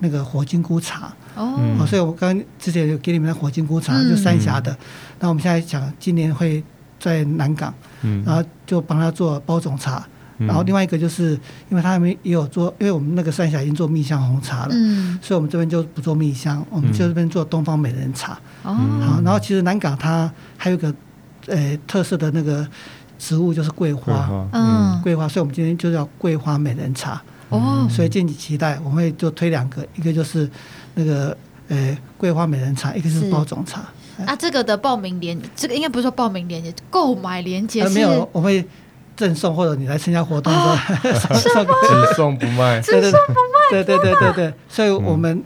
那个火金菇茶所以我刚刚之前有给你们的火金菇茶，就三峡的。那我们现在讲今年会在南港，然后就帮他做包种茶。然后另外一个就是因为他们也有做，因为我们那个三峡已经做蜜香红茶了，所以我们这边就不做蜜香，我们就这边做东方美人茶。好，然后其实南港它还有一个特色的那个植物就是桂花，桂花，所以我们今天就叫桂花美人茶。所以敬请期待，我们会就推2个，一个就是那个桂花美人茶，一个是包种茶。 这个的报名链，这个应该不是说报名链接，购买链接是没有，我会赠送，或者你来参加活动的时候只送不卖， 只送不卖， 对，所以我们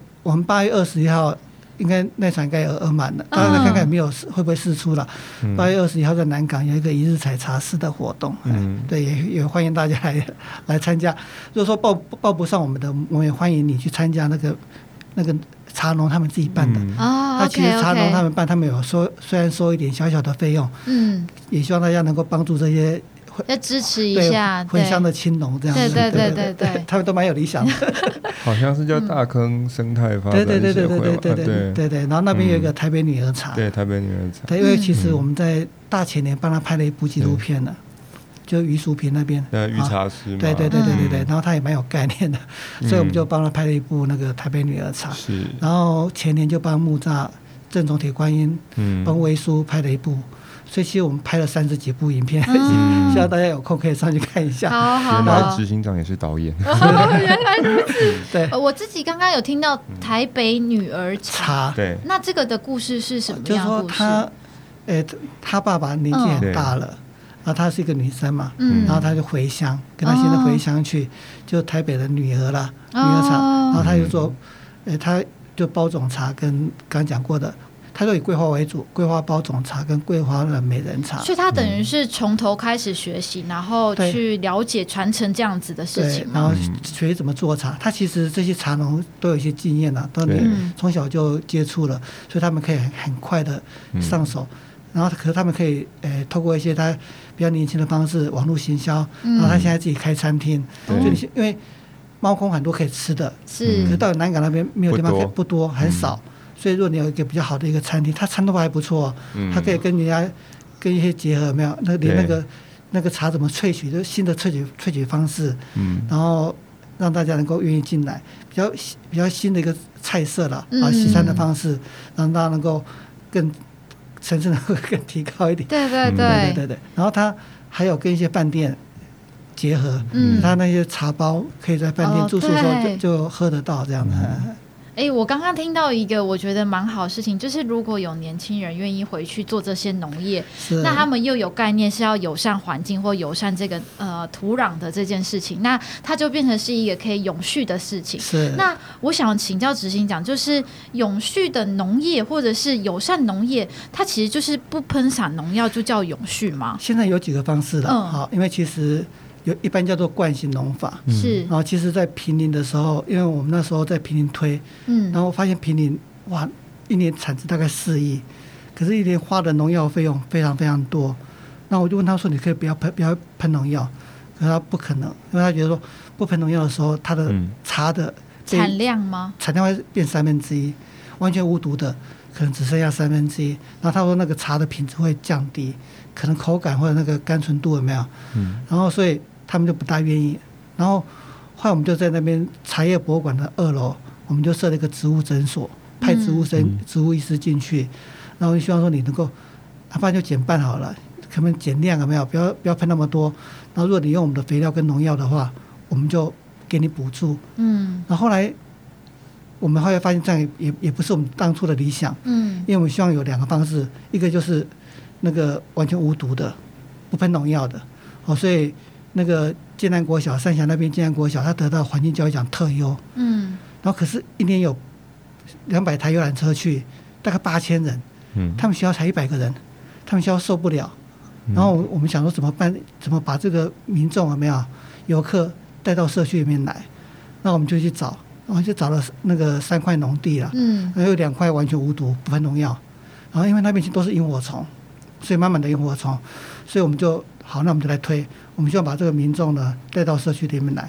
8月21号应该那场应该有额满了，大家看看有没有会不会释出了。8月21号在南港有一个一日采茶师的活动，对，也欢迎大家来参加。如果说报不上我们的，我们也欢迎你去参加那个茶农他们自己办的。那其实茶农他们办，他们有虽然收一点小小的费用，也希望大家能够帮助这些。 要支持一下回乡的青农这样子，对，他们都蛮有理想的。 好像是叫大坑生态发展协会， 对，然后那边有一个台北女儿茶， 对，台北女儿茶。 对，因为其实我们在大前年帮他拍了一部纪录片了，就余淑萍那边， 余茶师嘛， 对，然后他也蛮有概念的，所以我们就帮他拍了一部那个台北女儿茶。 是， 然后前年就帮木栅正宗铁观音，帮微叔拍了一部。所以其实我们拍了30几部影片，希望大家有空可以上去看一下。 好， 原来执行长也是导演。 原来如此。 对， 我自己刚刚有听到台北女儿茶， 对， 那这个的故事是什么样的故事？ 就是说他爸爸年纪很大了，然后她是一个女生嘛，然后她就回乡，跟她先生回乡去，就台北的女儿啦，女儿茶，然后她就做，她就包种茶，跟刚讲过的。他都以桂花为主，桂花包种茶跟桂花的美人茶， 所以他等于是从头开始学习，然后去了解传承这样子的事情， 然后学怎么做茶。他其实这些茶农都有一些经验了，都从小就接触了，所以他们可以很快的上手。然后可是他们可以透过一些他比较年轻的方式，网络行销，然后他现在自己开餐厅，就因为猫空很多可以吃的，可是到南港那边没有地方可以，不多，很少。所以如果你有一个比较好的一个餐厅，它餐都还不错，它可以跟人家跟一些结合，没有？连那个茶怎么萃取，就是新的萃取方式，然后让大家能够愿意进来，比较新的一个菜色了，西餐的方式，让大家能够更层次能够更提高一点。对。然后它还有跟一些饭店结合，它那些茶包可以在饭店住宿的时候就喝得到这样的。 我刚刚听到一个我觉得蛮好的事情，就是如果有年轻人愿意回去做这些农业，那他们又有概念是要友善环境或友善这个土壤的这件事情，那它就变成是一个可以永续的事情。那我想请教执行长，就是永续的农业或者是友善农业，它其实就是不喷洒农药就叫永续吗？ 现在有几个方式了，好，因为其实有一般叫做惯性农法， 是。 然后其实在坪林的时候，因为我们那时候在坪林推，然后发现坪林哇，一年产值大概4亿，可是一年花的农药费用非常非常多。那我就问他说：“你可以不要喷农药？”可是他不可能，因为他觉得说不喷农药的时候，他的茶的产量吗？ 产量会变1/3，完全无毒的可能只剩下1/3。然后他说那个茶的品质会降低，可能口感或者那个甘醇度有没有？然后所以他们就不大愿意。然后后来我们就在那边茶叶博物馆的2楼，我们就设了一个植物诊所，派植物医师进去，然后希望说你能够，不然就减半好了，可能减量有没有？不要喷那么多。然后如果你用我们的肥料跟农药的话，我们就给你补助。然后后来我们后来发现这样也不是我们当初的理想。因为我们希望有2个方式，一个就是那个完全无毒的，不喷农药的。所以那个建南国小三峡那边建南国小，他得到环境教育奖特优。然后可是一年有200台游览车去，大概8000人。他们学校才100个人，他们学校受不了。然后我们想说怎么办？怎么把这个民众有没有游客带到社区里面来？那我们就去找，然后就找了那个3块农地了。然后有2块完全无毒，不喷农药。然后因为那边都是萤火虫，所以满满的萤火虫，所以我们就好，那我们就来推。我们希望把这个民众呢带到社区里面来。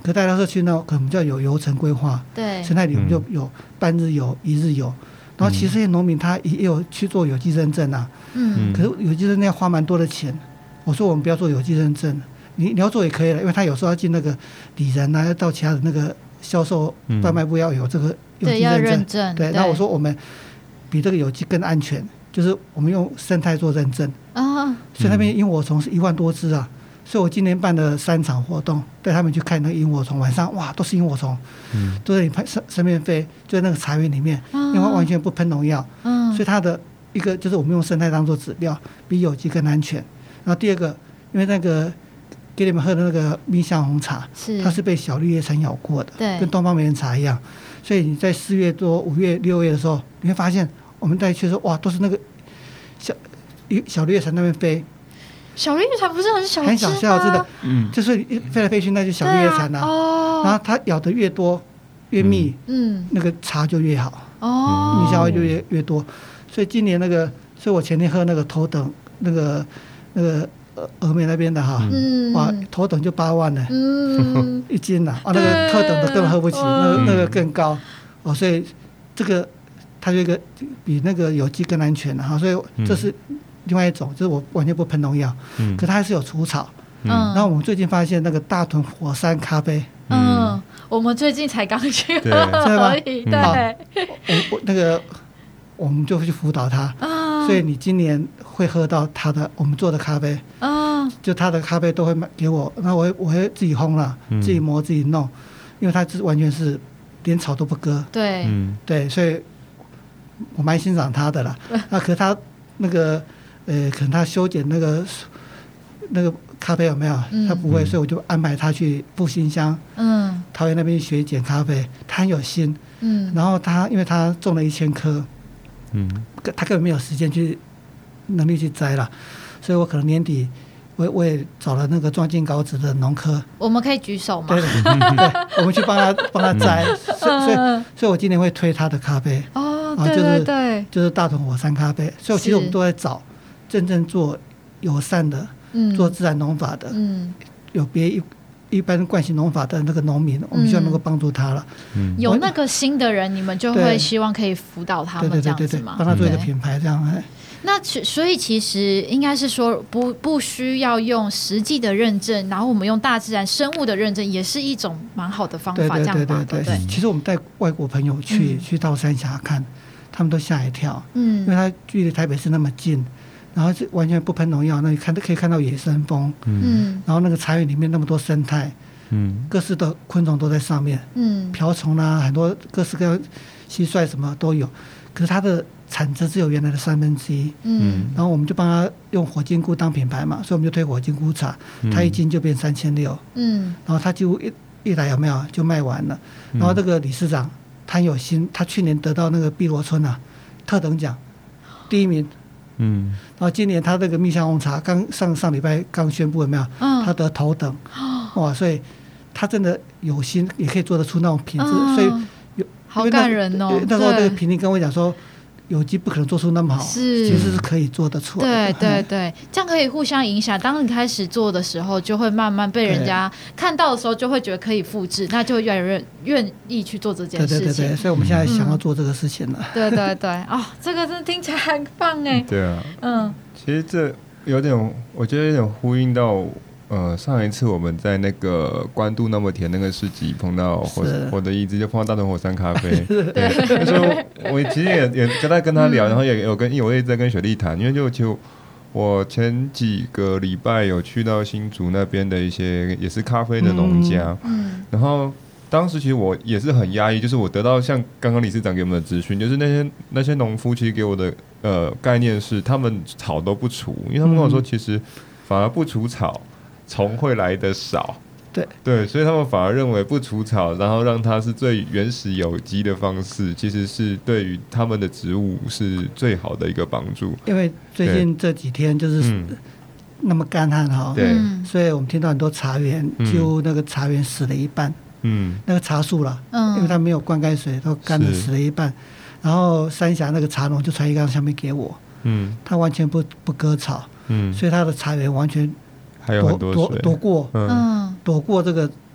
可大家社区呢，可能叫有游程规划， 对， 生态里我们就有半日游、一日游。然后其实这些农民他也有去做有机认证啊，可是有机认证要花蛮多的钱。我说我们不要做有机认证，你要做也可以了，因为他有时候要进那个里仁啊，要到其他的那个销售贩卖部要有这个有机认证。对，那我说我们比这个有机更安全，就是我们用生态做认证啊。所以那边萤火虫是1万多只啊，所以我今年办了3场活动，带他们去看那个萤火虫，晚上哇都是萤火虫，都在你身边飞，就在那个茶园里面，因为完全不喷农药，所以它的一个就是我们用生态当做指标，比有机更安全。然后第二个，因为那个给你们喝的那个蜜香红茶，它是被小绿叶蝉咬过的，跟东方美人茶一样，所以你在4月多、5月、6月的时候，你会发现我们带去的时候，哇，都是那个小绿叶蝉那边飞。 小绿叶蝉不是很小只吗？ 很小只的，就是飞来飞去，那就小绿叶蝉啊。然后它咬得越多越密，那个茶就越好，蜜香味就越多。所以今年那个，所以我前天喝那个头等那个峨眉那边的哈，哇，头等就8万了，1斤呐，那个特等的根本喝不起，那个更高哦，所以这个它就一个比那个有机更安全的哈，所以这是另外一种，就是我完全不喷农药，可它还是有除草。然后我们最近发现那个大屯火山咖啡， 我们最近才刚去喝而已，对， 那个我们就会去辅导他，所以你今年会喝到他的我们做的咖啡，就他的咖啡都会买给我，那我会自己烘了，自己磨自己弄，因为他是完全是连草都不割，对，所以我蛮欣赏他的啦。那可是他那个可能他修剪那个咖啡有没有？他不会，所以我就安排他去复兴乡，桃园那边学剪咖啡，他很有心，然后因为他种了1000棵，他根本没有时间能力去摘了，所以我可能年底我也找了那个壮进高职的农科， 我们可以举手吗？ 对，我们去帮他摘，所以我今年会推他的咖啡， 对， 就是大屯火山咖啡，所以其实我们都在找真正做友善的。做自然农法的，有别一般惯性农法的那个农民，我们希望能够帮助他了。 有那个新的人，你们就会希望可以辅导他们这样子吗？ 帮他做一个品牌这样。 那所以其实应该是说不需要用实际的认证，然后我们用大自然生物的认证，也是一种蛮好的方法，这样吧？对。 其实我们带外国朋友去到三峡看，他们都吓一跳，因为他距离台北市那么近。然后是完全不喷农药，那你可以看到野生蜂，然后那个茶园里面那么多生态，各式的昆虫都在上面，瓢虫啦，很多各式各样蟋蟀什么都有，可是它的产值只有原来的1/3，然后我们就帮他用火金菇当品牌嘛，所以我们就推火金菇茶，它1斤就变3600，然后他几乎一来有没有就卖完了，然后这个理事长他有心，他去年得到那个碧螺春啊特等奖第1名。然后今年他这个蜜香红茶刚上礼拜刚宣布有没有？他得头等，哇！所以他真的有心，也可以做得出那种品质，所以好感人哦。 那时候那个评论跟我讲说，有机不可能做出那么好，其实是可以做得出来的。对，这样可以互相影响。当你开始做的时候，就会慢慢被人家看到的时候，就会觉得可以复制，那就越来越愿意去做这件事情。 对，所以我们现在想要做这个事情了。 对，这个真的听起来很棒哎。 对啊，其实这有点，我觉得有点呼应到。上一次我们在那个关渡那么甜那个市集碰到我的意志，就碰到大屯火山咖啡。对，那时候我其实也跟他聊，然后也有我一直在跟雪莉谈，因为就我前几个礼拜有去到新竹那边的一些也是咖啡的农家，然后当时其实我也是很压抑，就是我得到像刚刚理事长给我们的资讯，就是那些农夫其实给我的概念是他们草都不除，因为他们跟我说其实反而不除草。虫会来的少，对，所以他们反而认为不除草，然后让它是最原始有机的方式，其实是对于他们的植物是最好的一个帮助。 因为最近这几天就是那么干旱哈， 对， 所以我们听到很多茶园，几乎那个茶园死了一半，那个茶树了，因为它没有灌溉水，都干的死了一半。然后三峡那个茶农就传一缸下面给我，他完全不割草，所以他的茶园完全。 还有很多水躲过这个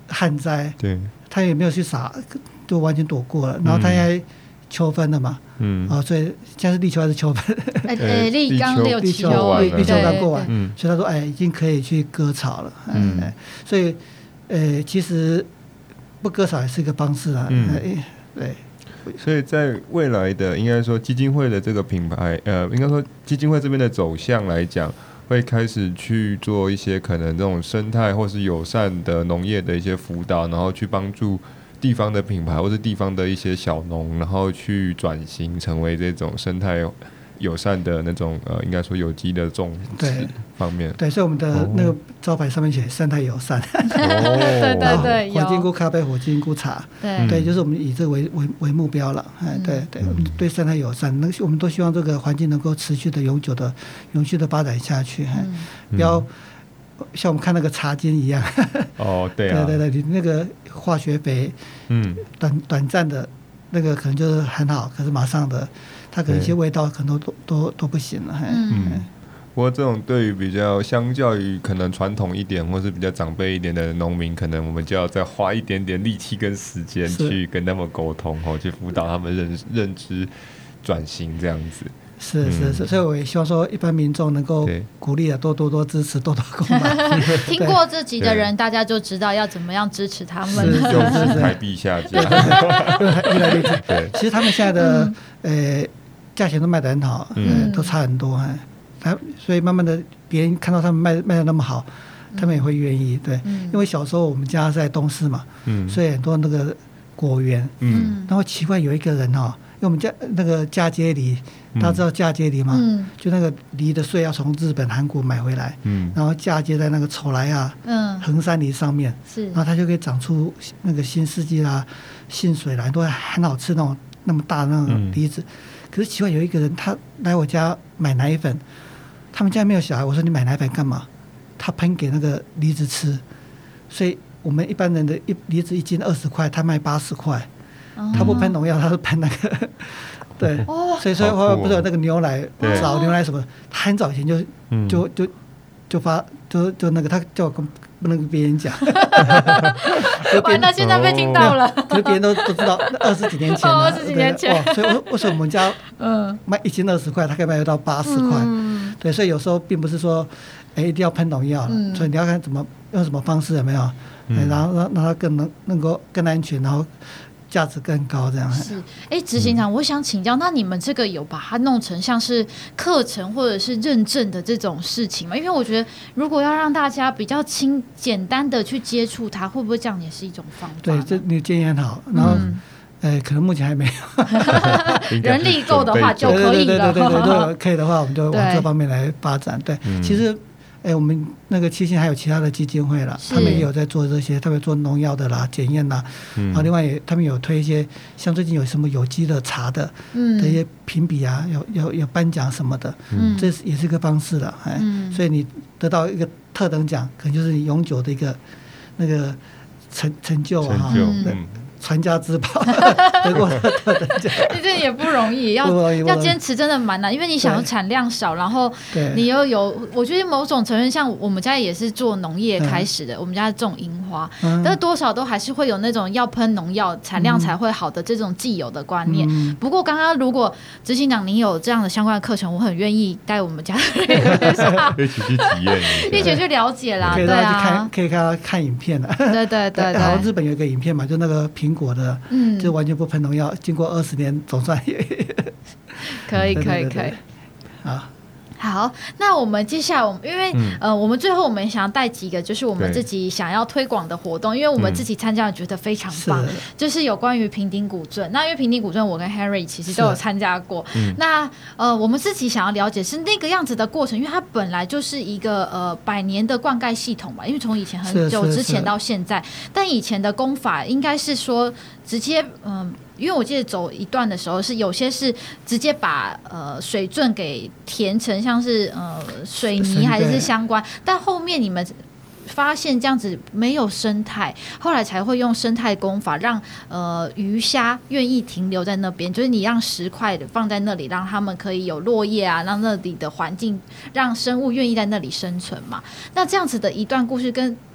旱灾， 对， 他也没有去撒，就完全躲过了。然后他还秋分了嘛，所以现在是立秋还是秋分？ 立刚六秋立秋刚过完，所以他说已经可以去割草了。所以其实不割草也是一个方式啊。对。 所以在未来的应该说基金会的这个品牌，应该说基金会这边的走向来讲，会开始去做一些可能这种生态或是友善的农业的一些辅导，然后去帮助地方的品牌或是地方的一些小农，然后去转型成为这种生态友善的那种应该说有机的种植方面。 对，所以我们的那个招牌上面写生态友善。 对， 火金菇咖啡、火金菇茶，对，就是我们以这个为目标了。对，我们对生态友善，我们都希望这个环境能够持续的、永续的发展下去，不要像我们看那个茶金一样。 对啊， 对，你那个化学肥，短暂的那个可能就是很好，可是马上的。它可能一些味道可能都不行了。 不过这种对于比较相较于可能传统一点或是比较长辈一点的农民，可能我们就要再花一点点力气跟时间去跟他们沟通，去辅导他们认知转型这样子。 是，所以我也希望说一般民众能够鼓励多支持，多购买。 听过这集的人，大家就知道要怎么样支持他们。 用台币下架， 越来越低。其实他们现在的价钱都卖得很好，都差很多。所以慢慢的，别人看到他们卖得那么好，他们也会愿意。对，因为小时候我们家在东势嘛，所以很多那个果园，然后奇怪有一个人因为我们家那个嫁接梨，大家知道嫁接梨吗？就那个梨的穗要从日本、韩国买回来，然后嫁接在那个丑莱亚、衡山梨上面，然后它就可以长出那个新世纪啦、杏水啦，都很好吃那么大那种梨子。可是奇怪有一个人，他来我家买奶粉，他们家没有小孩，我说你买奶粉干嘛？他喷给那个梨子吃，所以我们一般人的梨子1斤20块，他卖80块。他不喷农药，他是喷那个，对，所以不是有那个牛奶，找牛奶什么，他很早以前就那个，他叫我不能跟别人讲。 完了，现在被听到了。 可是别人都知道，20几年前了 ，20几年前。 所以为什么我们家卖1斤20块，他可以卖得到80块？对，所以有时候并不是说，一定要喷农药，所以你要看用什么方式有没有，然后让它更能够更安全，然后价值更高这样。 是，执行长，我想请教，那你们这个有把它弄成像是课程或者是认证的这种事情吗？因为我觉得如果要让大家比较简单的去接触它，会不会这样也是一种方法？ 对，这你建议很好。然后可能目前还没有。 人力够的话就可以了。 对，如果可以的话，我们就往这方面来发展。对，其实。我们那个7星还有其他的基金会啦，他们也有在做这些，特别做农药的啦、检验啦，然后另外他们有推一些，像最近有什么有机的茶的一些评比啊，有颁奖什么的，这也是一个方式的。所以你得到一个特等奖，可能就是你永久的一个那个成就啊。传家之宝，得过特等奖， 这也不容易，要坚持真的蛮难，因为你想要产量少，然后你又有，我觉得某种程度像我们家也是做农业开始的，我们家种樱花，但是多少都还是会有那种要喷农药产量才会好的这种既有的观念。不过刚刚如果执行长您有这样的相关的课程，我很愿意带我们家的人上一起去体验， 一起去了解啦。对啊，可以看影片的。 对。 然后日本有一个影片嘛，就那个苹果的，就完全不喷农药，经过20年总算也可以。好，那我们接下来因为我们最后我们想要带几个就是我们自己想要推广的活动，因为我们自己参加了觉得非常棒，就是有关于平顶古镇。那因为平顶古镇我跟 Henry 其实都有参加过，那我们自己想要了解是那个样子的过程，因为它本来就是一个100年的灌溉系统嘛，因为从以前很久之前到现在，但以前的工法应该是说直接因为我记得走一段的时候是有些是直接把水圳给填成像是水泥还是相关，但后面你们发现这样子没有生态，后来才会用生态工法让鱼虾愿意停留在那边，就是你让石块放在那里，让他们可以有落叶啊，让那里的环境让生物愿意在那里生存嘛。那这样子的一段故事跟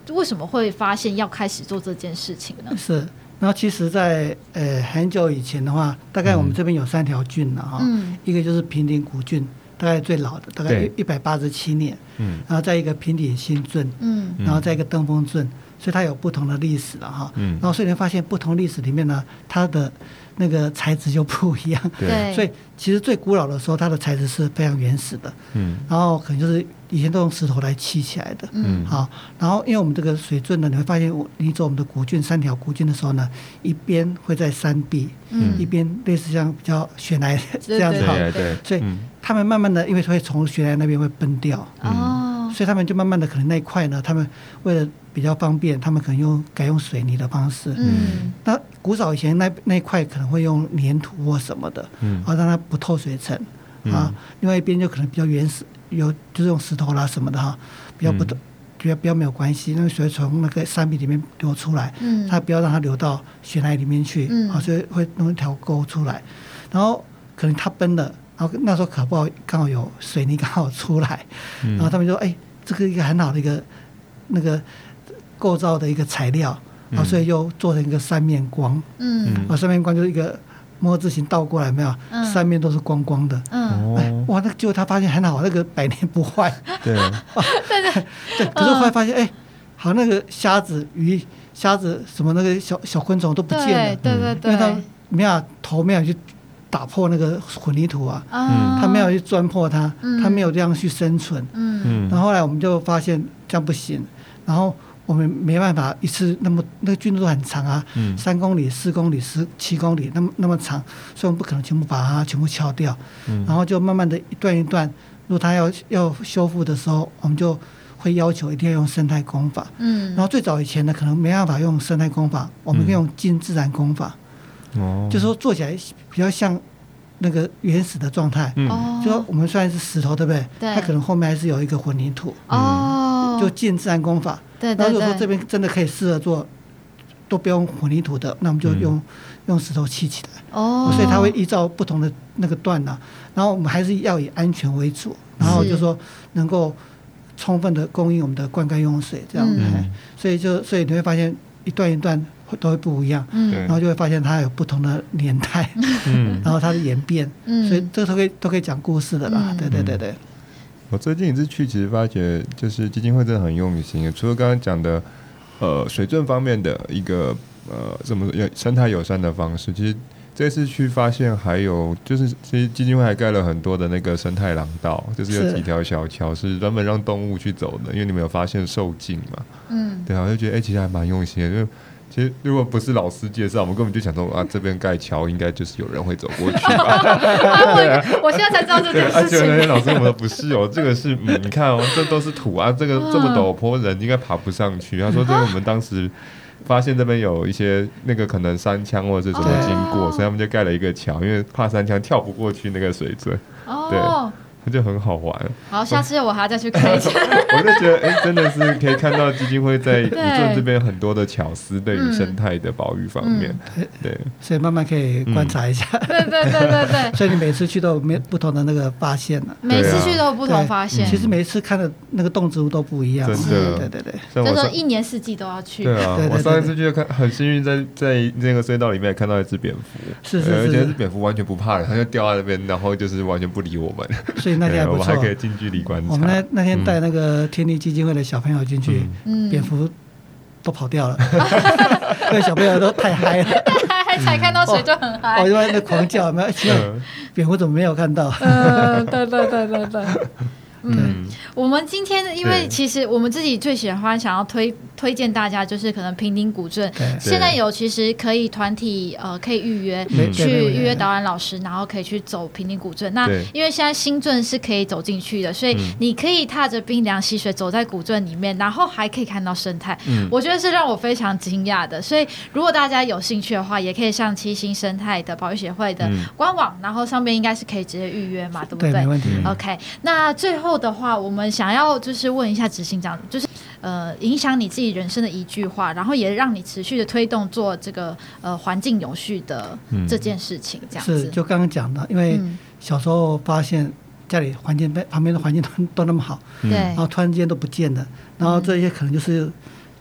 为什么会发现要开始做这件事情呢？ 是，然后其实在很久以前的话，大概我们这边有3条郡了哈，一个就是平顶古郡，大概最老的，大概187年，然后再一个平顶新郡，然后再一个登封郡，所以它有不同的历史了哈，然后所以你会发现不同历史里面呢，它的那个材质就不一样， 对， 所以其实最古老的时候，它的材质是非常原始的，然后可能就是以前都用石头来砌起来的，好，然后因为我们这个水圳呢，你会发现你走我们的古郡3条古郡的时候呢，一边会在山壁，一边类似像比较悬崖这样子哈，所以他们慢慢的因为会从悬崖那边会崩掉，所以他们就慢慢的可能那一块呢，他们为了比较方便，他们可能改用水泥的方式。那古早以前那一块可能会用粘土或什么的，让它不透水层啊。另外一边就可能比较原始，就是用石头啦什么的哈，比较没有关系，因为水从那个山壁里面流出来，它不要让它流到悬崖里面去，所以会弄一条沟出来。然后可能它崩了。然后那时候搞不好刚好有水泥刚好出来，然后他们就说：“这个一个很好的一个那个构造的一个材料，所以又做成一个3面光。3面光就是一个摸字形倒过来，没有，3面都是光光的。哇，那结果他发现很好，那个百年不坏。对，可是后来发现，好那个虾子、鱼、虾子什么那个小昆虫都不见了， 对， 因为它没有头没有去打破那个混凝土啊，他没有去钻破它，他没有这样去生存。然后后来我们就发现这样不行，然后我们没办法一次那个菌都很长啊，3公里、4公里、7公里那么长，所以我们不可能全部把它全部敲掉，然后就慢慢的一段一段，如果它要修复的时候，我们就会要求一定要用生态工法。然后最早以前呢，可能没办法用生态工法，我们可以用近自然工法。就是说做起来比较像那个原始的状态，就说我们虽然是石头，对不对？它可能后面还是有一个混凝土，就近自然工法。然后如果说这边真的可以适合做，都不用混凝土的，那我们就用石头砌起来。所以它会依照不同的那个段啊，然后我们还是要以安全为主，然后就说能够充分的供应我们的灌溉用水，这样。所以你会发现一段一段都会不一样，然后就会发现它有不同的年代，然后它的演变，所以这都可以讲故事的啦。对。 我最近一次去，其实发觉就是基金会真的很用心，除了刚刚讲的水圳方面的一个怎么生态友善的方式，其实这次去发现还有就是其实基金会还盖了很多的那个生态廊道，就是有几条小桥是专门让动物去走的，因为你们有发现兽径嘛，对啊，我就觉得其实还蛮用心的，就其实如果不是老师介绍，我们根本就想说这边盖桥应该就是有人会走过去吧。 我现在才知道这件事情。 那些老师我们都不是这个是你看这都是土啊，这个这么陡坡人应该爬不上去。他说这个我们当时发现这边有一些那个可能山羌或者是什么经过，所以他们就盖了一个桥，因为怕山羌跳不过去那个水圳。对。它就很好玩。 好，下次我还要再去看一下。 我就觉得，真的是可以看到基金会在古镇这边很多的巧思，对于生态的保育方面，对， 所以慢慢可以观察一下。 对。 所以你每次去都有不同的那个发现了。 每次去都有不同发现。 其实每一次看的那个动植物都不一样。 真的， 对。 就说1年4季都要去。 对啊，我上一次去看，很幸运在那个隧道里面看到一只蝙蝠，而且那只蝙蝠完全不怕人，它就掉在那边，然后就是完全不理我们。 那天还不错， 我们还可以近距离观察。 我们那天带那个天地基金会的小朋友进去，蝙蝠都跑掉了，因为小朋友都太嗨了， 才看到水就很嗨， 我就在那狂叫，没有，蝙蝠怎么没有看到？ 对。我们今天因为其实我们自己最喜欢想要推荐大家就是可能平顶古镇现在有其实可以团体可以预约去预约导览老师，然后可以去走平顶古镇。那因为现在新镇是可以走进去的，所以你可以踏着冰凉溪水走在古镇里面，然后还可以看到生态，我觉得是让我非常惊讶的。所以如果大家有兴趣的话，也可以上七星生态的保育协会的官网，然后上面应该是可以直接预约嘛，对不对？ 没问题。 OK， 那最后的话我们想要就是问一下执行长，就是影响你自己人生的一句话，然后也让你持续的推动做这个环境永续的这件事情，这样子。 是就刚刚讲的，因为小时候发现家里环境旁边的环境都那么好， 对， 然后突然间都不见了，然后这些可能就是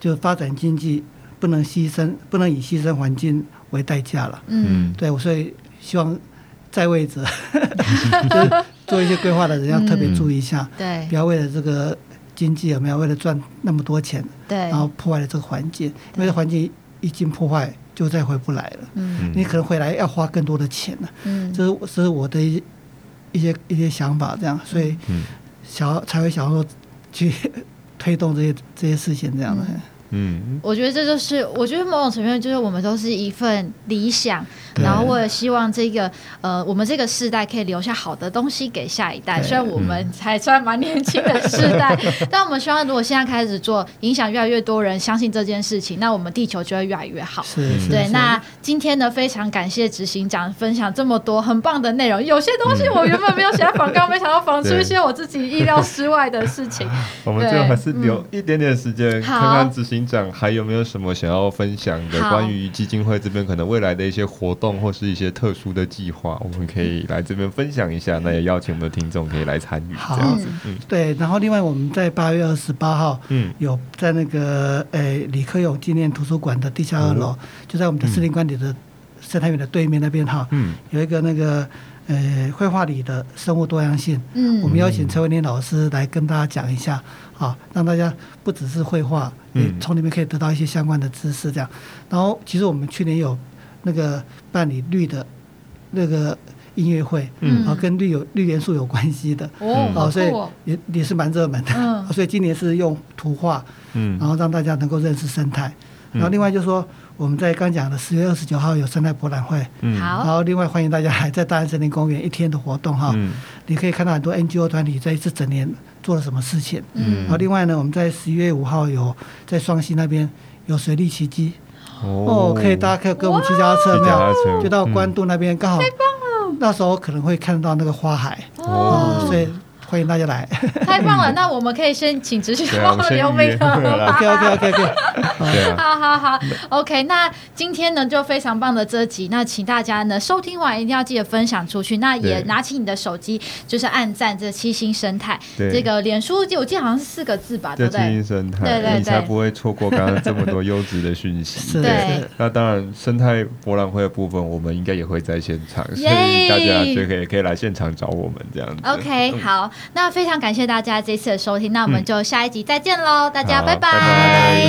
就发展经济不能以牺牲环境为代价了。对，所以希望在位者就是做一些规划的人要特别注意一下， 对， 不要为了这个经济有没有为了赚那么多钱， 对， 然后破坏了这个环境，因为环境一经破坏就再回不来了。你可能回来要花更多的钱了。这是我的一些想法，这样，所以才会想要说去推动这些事情这样的。 我觉得这就是我觉得某种层面就是我们都是一份理想，然后我也希望这个我们这个世代可以留下好的东西给下一代。虽然我们才算蛮年轻的世代，但我们希望如果现在开始做，影响越来越多人相信这件事情，那我们地球就会越来越好。对，那今天呢非常感谢执行长分享这么多很棒的内容，有些东西我原本没有写在访纲，没想到访出一些我自己意料之外的事情。 我们最后还是留一点点时间看看执行长还有没有什么想要分享的关于基金会这边可能未来的一些活动或是一些特殊的计划，我们可以来这边分享一下，那也邀请我们的听众可以来参与这样子。 对，然后另外我们在8月28号有在那个李克勇纪念图书馆的地下2楼，就在我们的士林官邸的生态园的对面那边哈，有一个那个绘画里的生物多样性，我们邀请陈伟林老师来跟大家讲一下，让大家不只是绘画，从里面可以得到一些相关的知识这样。然后其实我们去年有那个办理绿的那个音乐会，跟绿元素有关系的，所以也是蛮热门的，所以今年是用图画，然后让大家能够认识生态。然后另外就是说我们在刚讲的10月29号有生态博览会，然后另外欢迎大家来在大安森林公园1天的活动哈，你可以看到很多 NGO 团体在这整年做了什么事情。然后另外呢，我们在11月5号有在双溪那边有水力骑机，大家可以跟我们骑脚踏车，就到关渡那边，刚好那时候可能会看到那个花海，所以欢迎大家来。 太棒了，那我们可以先请执行帮我们留名了。 OK 好 OK， 那今天呢就非常棒的这集，那请大家呢收听完一定要记得分享出去，那也拿起你的手机就是按赞这七星生态这个脸书，我记得好像是4个字吧，对不对？ 七星生态，对，你才不会错过刚刚这么多优质的讯息。 对， 那当然生态博览会的部分我们应该也会在现场，所以大家就可以来现场找我们这样子。 OK， 好，那非常感谢大家这次的收听，那我们就下一集再见喽，大家拜拜。